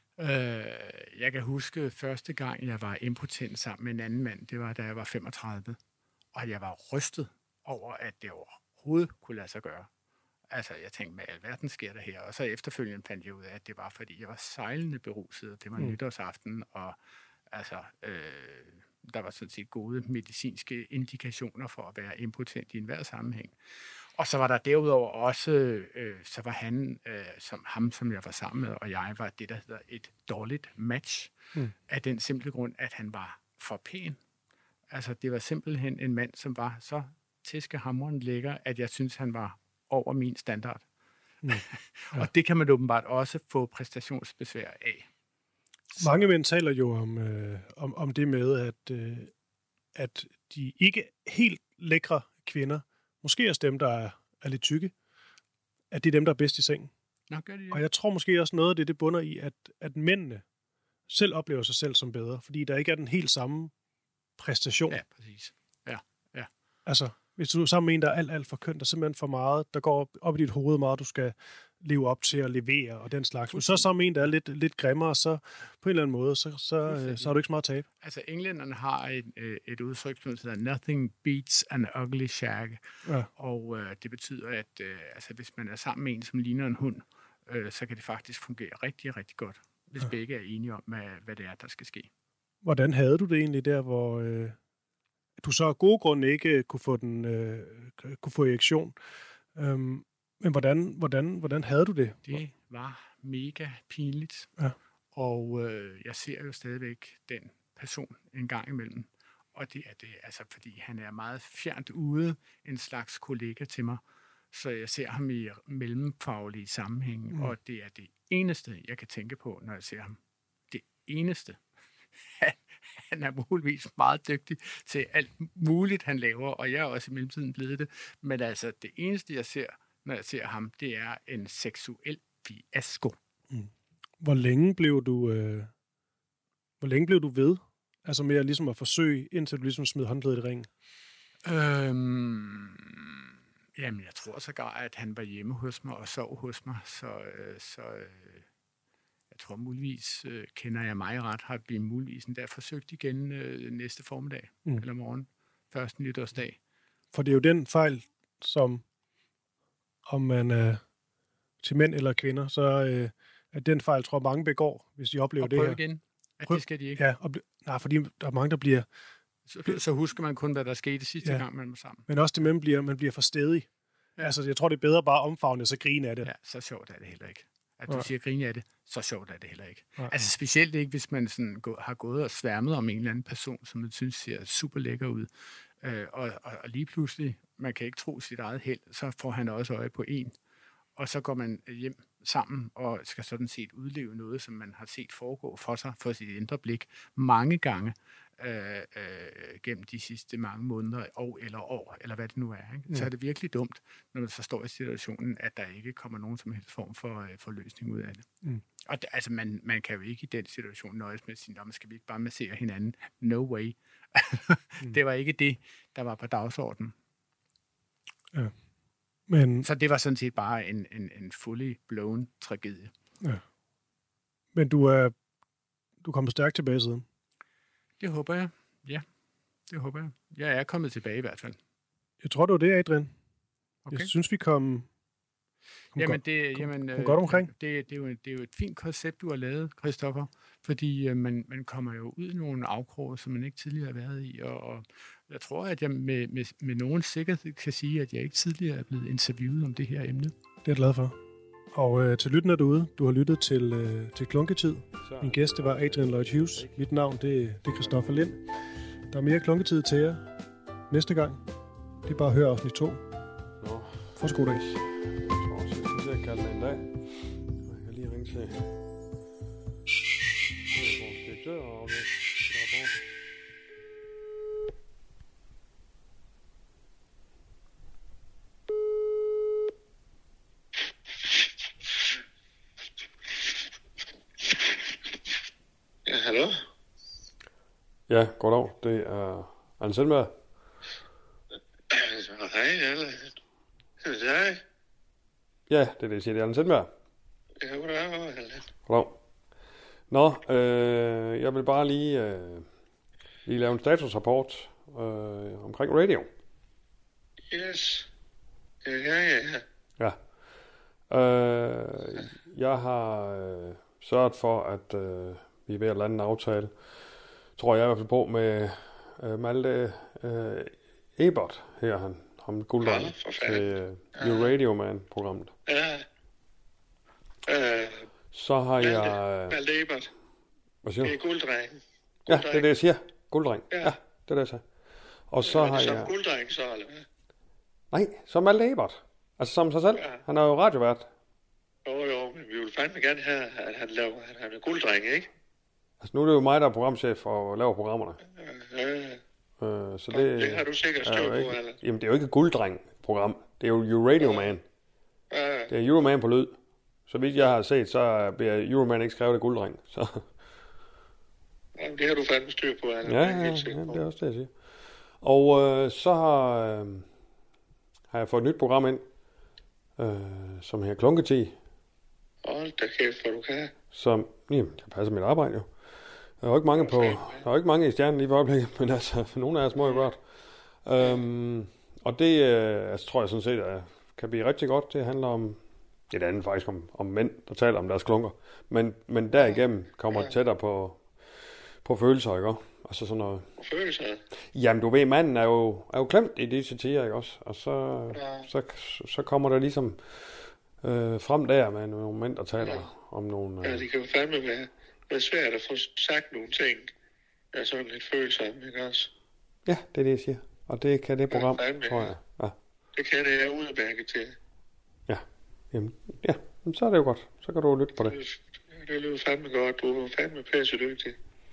Øh, jeg kan huske første gang, jeg var impotent sammen med en anden mand, det var, da jeg var femogtredive, og jeg var rystet over, at det overhovedet kunne lade sig gøre. Altså, jeg tænkte, hvad alverden sker der her? Og så efterfølgende fandt jeg ud af, at det var, fordi jeg var sejlende beruset. Det var mm. nytårsaften, og altså, øh, der var sådan set gode medicinske indikationer for at være impotent i enhver sammenhæng. Og så var der derudover også, øh, så var han, øh, som ham, som jeg var sammen med, og jeg var det, der hedder et dårligt match, mm. af den simple grund, at han var for pæn. Altså, det var simpelthen en mand, som var så tæskehamrende lækker, at jeg synes, han var over min standard. Mm. Ja. Og det kan man åbenbart også få præstationsbesvær af. Så. Mange mænd taler jo om, øh, om, om det med, at, øh, at de ikke helt lækre kvinder, måske også dem, der er, er lidt tykke, at det er dem, der er bedst i sengen. Nå, gør det, ja. Og jeg tror måske også noget af det, det bunder i, at, at mændene selv oplever sig selv som bedre, fordi der ikke er den helt samme præstation. Ja, præcis. Ja, ja. Altså, hvis du er sammen med en, der er alt, alt for køn, der er simpelthen for meget, der går op, op i dit hoved meget, du skal leve op til at levere og den slags. Men så er sammen med en, der er lidt, lidt grimmere, så på en eller anden måde, så, så, så har du ikke så meget tab. Altså, englænderne har et, et udtryk, som hedder nothing beats an ugly shag. Ja. Og øh, det betyder, at øh, altså, hvis man er sammen med en, som ligner en hund, øh, så kan det faktisk fungere rigtig, rigtig godt, hvis ja. begge er enige om, hvad, hvad det er, der skal ske. Hvordan havde du det egentlig der, hvor øh, du så af gode grunde ikke kunne få, den, øh, kunne få erektion? Øhm, men hvordan, hvordan, hvordan havde du det? Det var mega pinligt. Ja. Og øh, jeg ser jo stadigvæk den person en gang imellem. Og det er det, altså, fordi han er meget fjernt ude, en slags kollega til mig. Så jeg ser ham i mellemfaglige sammenhæng, mm. og det er det eneste, jeg kan tænke på, når jeg ser ham. Det eneste. Han er muligvis meget dygtig til alt muligt, han laver, og jeg er også i mellemtiden blevet det. Men altså, det eneste, jeg ser, når jeg ser ham, det er en seksuel fiasko. Mm. Hvor længe blev du, øh, hvor længe blev du ved? Altså med at, ligesom at forsøge, indtil du ligesom smed håndklædet i ringen? Øhm, jamen, jeg tror sågar, at han var hjemme hos mig og sov hos mig, så, øh, så øh, jeg tror muligvis, øh, kender jeg mig ret, har vi muligvis endda forsøgt igen øh, næste formiddag mm. eller morgen, første nytårsdag. For det er jo den fejl, som om man er øh, til mænd eller kvinder, så øh, er den fejl, tror jeg, mange begår, hvis de oplever og det her. Og igen, at prøv, det skal de ikke. Ja, og, nej, fordi der er mange, der bliver... Så, så husker man kun, hvad der skete sidste ja. gang, man var sammen. Men også det, man bliver, man bliver for stedig. Ja. Altså, jeg tror, det er bedre bare at omfavne, så grine af det. Ja, så sjovt er det heller ikke. At du ja. siger grine af det, så sjovt er det heller ikke. Ja. Altså specielt ikke, hvis man sådan gå, har gået og sværmet om en eller anden person, som man synes ser super lækker ud. Øh, og, og, og lige pludselig, man kan ikke tro sit eget held, så får han også øje på en. Og så går man hjem sammen og skal sådan set udleve noget, som man har set foregå for sig, for sit indre blik, mange gange øh, øh, gennem de sidste mange måneder, år eller år, eller hvad det nu er. Ikke? Ja. Så er det virkelig dumt, når man så står i situationen, at der ikke kommer nogen som helst form for, øh, for løsning ud af det. Mm. Og det, altså, man, man kan jo ikke i den situation nøjes med at sige, skal vi ikke bare massere hinanden? No way. mm. Det var ikke det, der var på dagsordenen. Ja. Men, så det var sådan set bare en, en, en fully blown tragedie. Ja. Men du er du kommer stærkt tilbage siden? Det håber jeg. Ja, det håber jeg. Jeg er kommet tilbage i hvert fald. Jeg tror, det var det, Adrian. Okay. Jeg synes, vi kom, kom, jamen, godt, det, kom, jamen, kom godt omkring. Det, det, er jo, det er jo et fint koncept, du har lavet, Christoffer. Fordi øh, man, man kommer jo ud i nogle afkroge, som man ikke tidligere har været i. Og, og jeg tror, at jeg med, med, med nogen sikkerhed kan sige, at jeg ikke tidligere er blevet interviewet om det her emne. Det er jeg glad for. Og øh, til lyttende derude, du har lyttet til, øh, til Klunketid. Min gæst, det var Adrian Lloyd Hughes. Mit navn, det, det er Christoffer Lind. Der er mere Klunketid til jer næste gang. Det er bare at høre afsnit to. Nå. For så god dag. Jeg tror også, jeg skal til at kalde dig en dag. Jeg kan lige ringe til vores direktør og vores rapport. Ja, hallo? Ja, goddag. Det er Allan Sindberg. Hej, Allan. Hej. Ja, det er det, jeg siger. Det er Allan Sindberg. Ja, goddag, Allan. Goddag. Nå, øh, jeg vil bare lige, øh, lige lave en statusrapport øh, omkring radio. Yes. Ja, ja, ja. Ja. Øh, jeg har øh, sørget for, at øh, vi er ved at lande en aftale, tror jeg i hvert fald på, med øh, Malte øh, Ebert her, han ham gulddreng ja, til øh, You Radio Man-programmet. Ja. Øh, Så har Malte, jeg... Malte Ebert. Hvad siger du? Det er gulddrengen. Ja, det er det, jeg siger. Gulddreng. Ja, ja det er det, jeg siger. Og så ja, har det jeg... Er det gulddreng så, eller hvad? Nej, som Malte Ebert. Altså som sig selv. Ja. Han er jo radiovært. Jo, jo, men vi vil fandme gerne have, at han laver, at han er gulddreng, ikke? Altså nu er det jo mig, der er programchef og laver programmerne. Ja, ja. Øh, så det, det har du sikkert styr på, ikke, eller? Jamen, det er jo ikke et gulddreng-program. Det er jo You Radio Man. Ja, ja. Det er Euroman på lyd. Så vidt jeg har set, så bliver Euroman ikke skrevet af gulddreng. Så... Jamen, det har du fandme styr på, eller? Ja, ja, ja, det er også det, jeg siger. Og øh, så har, øh, har jeg fået et nyt program ind, øh, som her Klunketid. Hold da kæft, hvor du kan. Som, jamen, jeg passer mit arbejde jo. Der er jo ikke mange på, der er jo ikke mange i stjernen lige for øjeblikket, men altså, for nogle af os må jo godt. Øhm, og det, øh, altså, tror jeg sådan set, at kan blive rigtig godt. Det handler om, det andet faktisk om, om mænd, der taler om deres klunker. Men, men derigennem kommer det tættere på, på følelser, ikke også? Altså sådan noget. Følelser? Jamen, du ved, manden er jo, er jo klemt i disse tider, ikke også? Og så, ja. så, så kommer der ligesom øh, frem der med nogle mænd, der taler ja. om nogle... Øh, ja, det kan jo fandme være, være svært at få sagt nogle ting, der er sådan lidt følsomme, ikke også? Ja, det er det, jeg siger. Og det kan det program, ja, fandme, tror jeg. Ja. Det kan det, jeg udmærket til. Ja. Jamen, ja, så er det jo godt. Så kan du lytte på det. Det, det lyder fandme godt. Du er fandme pæsse dygtig.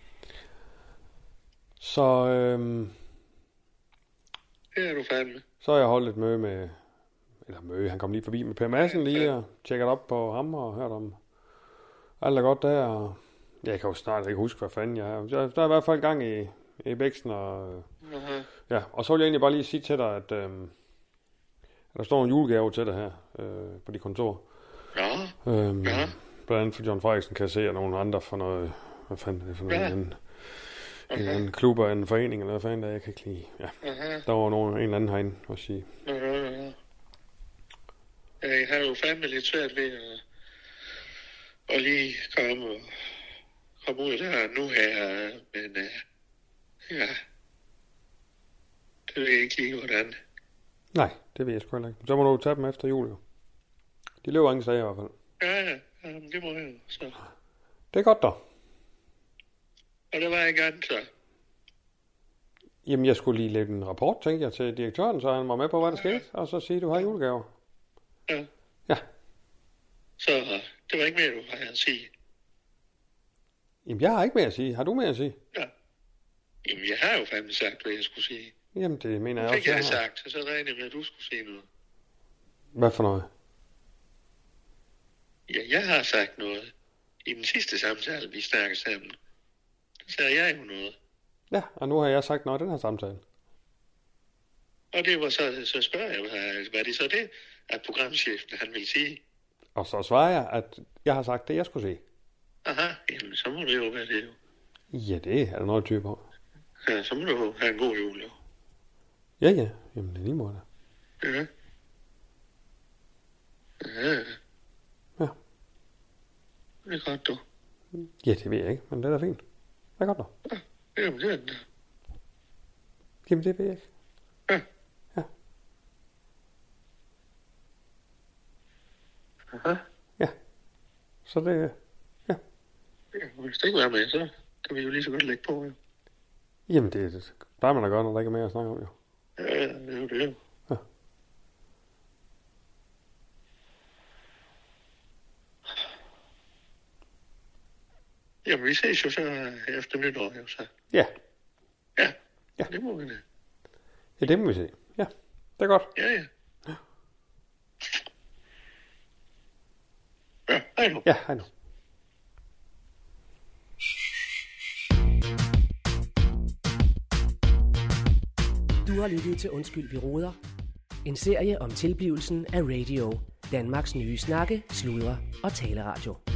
Så, øhm... det er du fandme. Så har jeg holdt et møde med... Eller møde, han kom lige forbi med Per Madsen lige og tjekket op på ham og hørt om alt er godt der. Og jeg kan jo snart ikke huske, hvad fanden jeg er. Der er i hvert fald gang i, i bæksen. Og, uh-huh. Ja, og så vil jeg egentlig bare lige sige til dig, at, øhm, at der står en julegave til dig her øh, på dit kontor. Ja. Øhm, ja. Blandt andet for John Frederiksen kan jeg se, og nogle andre for noget... Hvad fanden er det for noget? Ja. En, uh-huh. en klub og en forening, eller hvad fanden der jeg kan ikke lide. Ja. Uh-huh. Der var nogen, en eller anden herinde at sige. Uh-huh. Jeg har jo fandme lidt svært ved at, at lige komme, og, komme ud der nu her, men uh, ja, det ved jeg ikke lige, hvordan. Nej, det ved jeg sgu heller ikke. Så må du tage dem efter jul, jo. De lever ingen sager i hvert fald. Ja, ja, det må jeg jo, så. Det er godt, da. Og det var jeg gerne, så. Jamen, jeg skulle lige lægge en rapport, tænkte jeg, til direktøren, så han var med på, hvad der skete, og så sige, du har julegaver. Ja. Ja. Så det var ikke mere, du har at sige. Jamen, jeg har ikke mere at sige. Har du mere at sige? Ja. Jamen, jeg har jo fandme sagt, hvad jeg skulle sige. Jamen, det mener jeg også. Fik jeg det sagt, så så regnede jeg med, at du skulle sige noget. Hvad for noget? Ja, jeg har sagt noget. I den sidste samtale, vi snakkede sammen, så sagde jeg jo noget. Ja, og nu har jeg sagt noget i den her samtale. Og det var så, så spørger jeg, hvad det så det, at programchefen han ville sige? Og så svarer jeg, at jeg har sagt det, jeg skulle sige. Aha, jamen så må det jo være det jo. Ja, det er der noget type på. Ja, så må du have en god jul, jo. Ja, ja, jamen det er lige måde. Ja. Ja. Ja. Det er godt, du. Ja, det ved jeg ikke, men det er da fint. Det er godt, du. Ja, jamen det er det. Jamen det ved jeg ikke. Ja. Ja. Aha. Ja. Så det, ja. Ja, hvis det ikke var med, så kan vi jo lige så godt lægge på, jo. Jamen det, det plejer man da godt, når der ikke er mere at snakke om, jo. Ja, ja, det er jo det. Ja. Jamen, vi ses jo så efter nytår, jo så. Ja. Ja, ja. Det må vi da. Ja, det må vi se. Ja, det er godt. Ja, ja. Ja, ja hej nu. Ja, hej nu. Du har lyttet til Undskyld, vi roder. En serie om tilblivelsen af radio. Danmarks nye snakke, sludre og taleradio.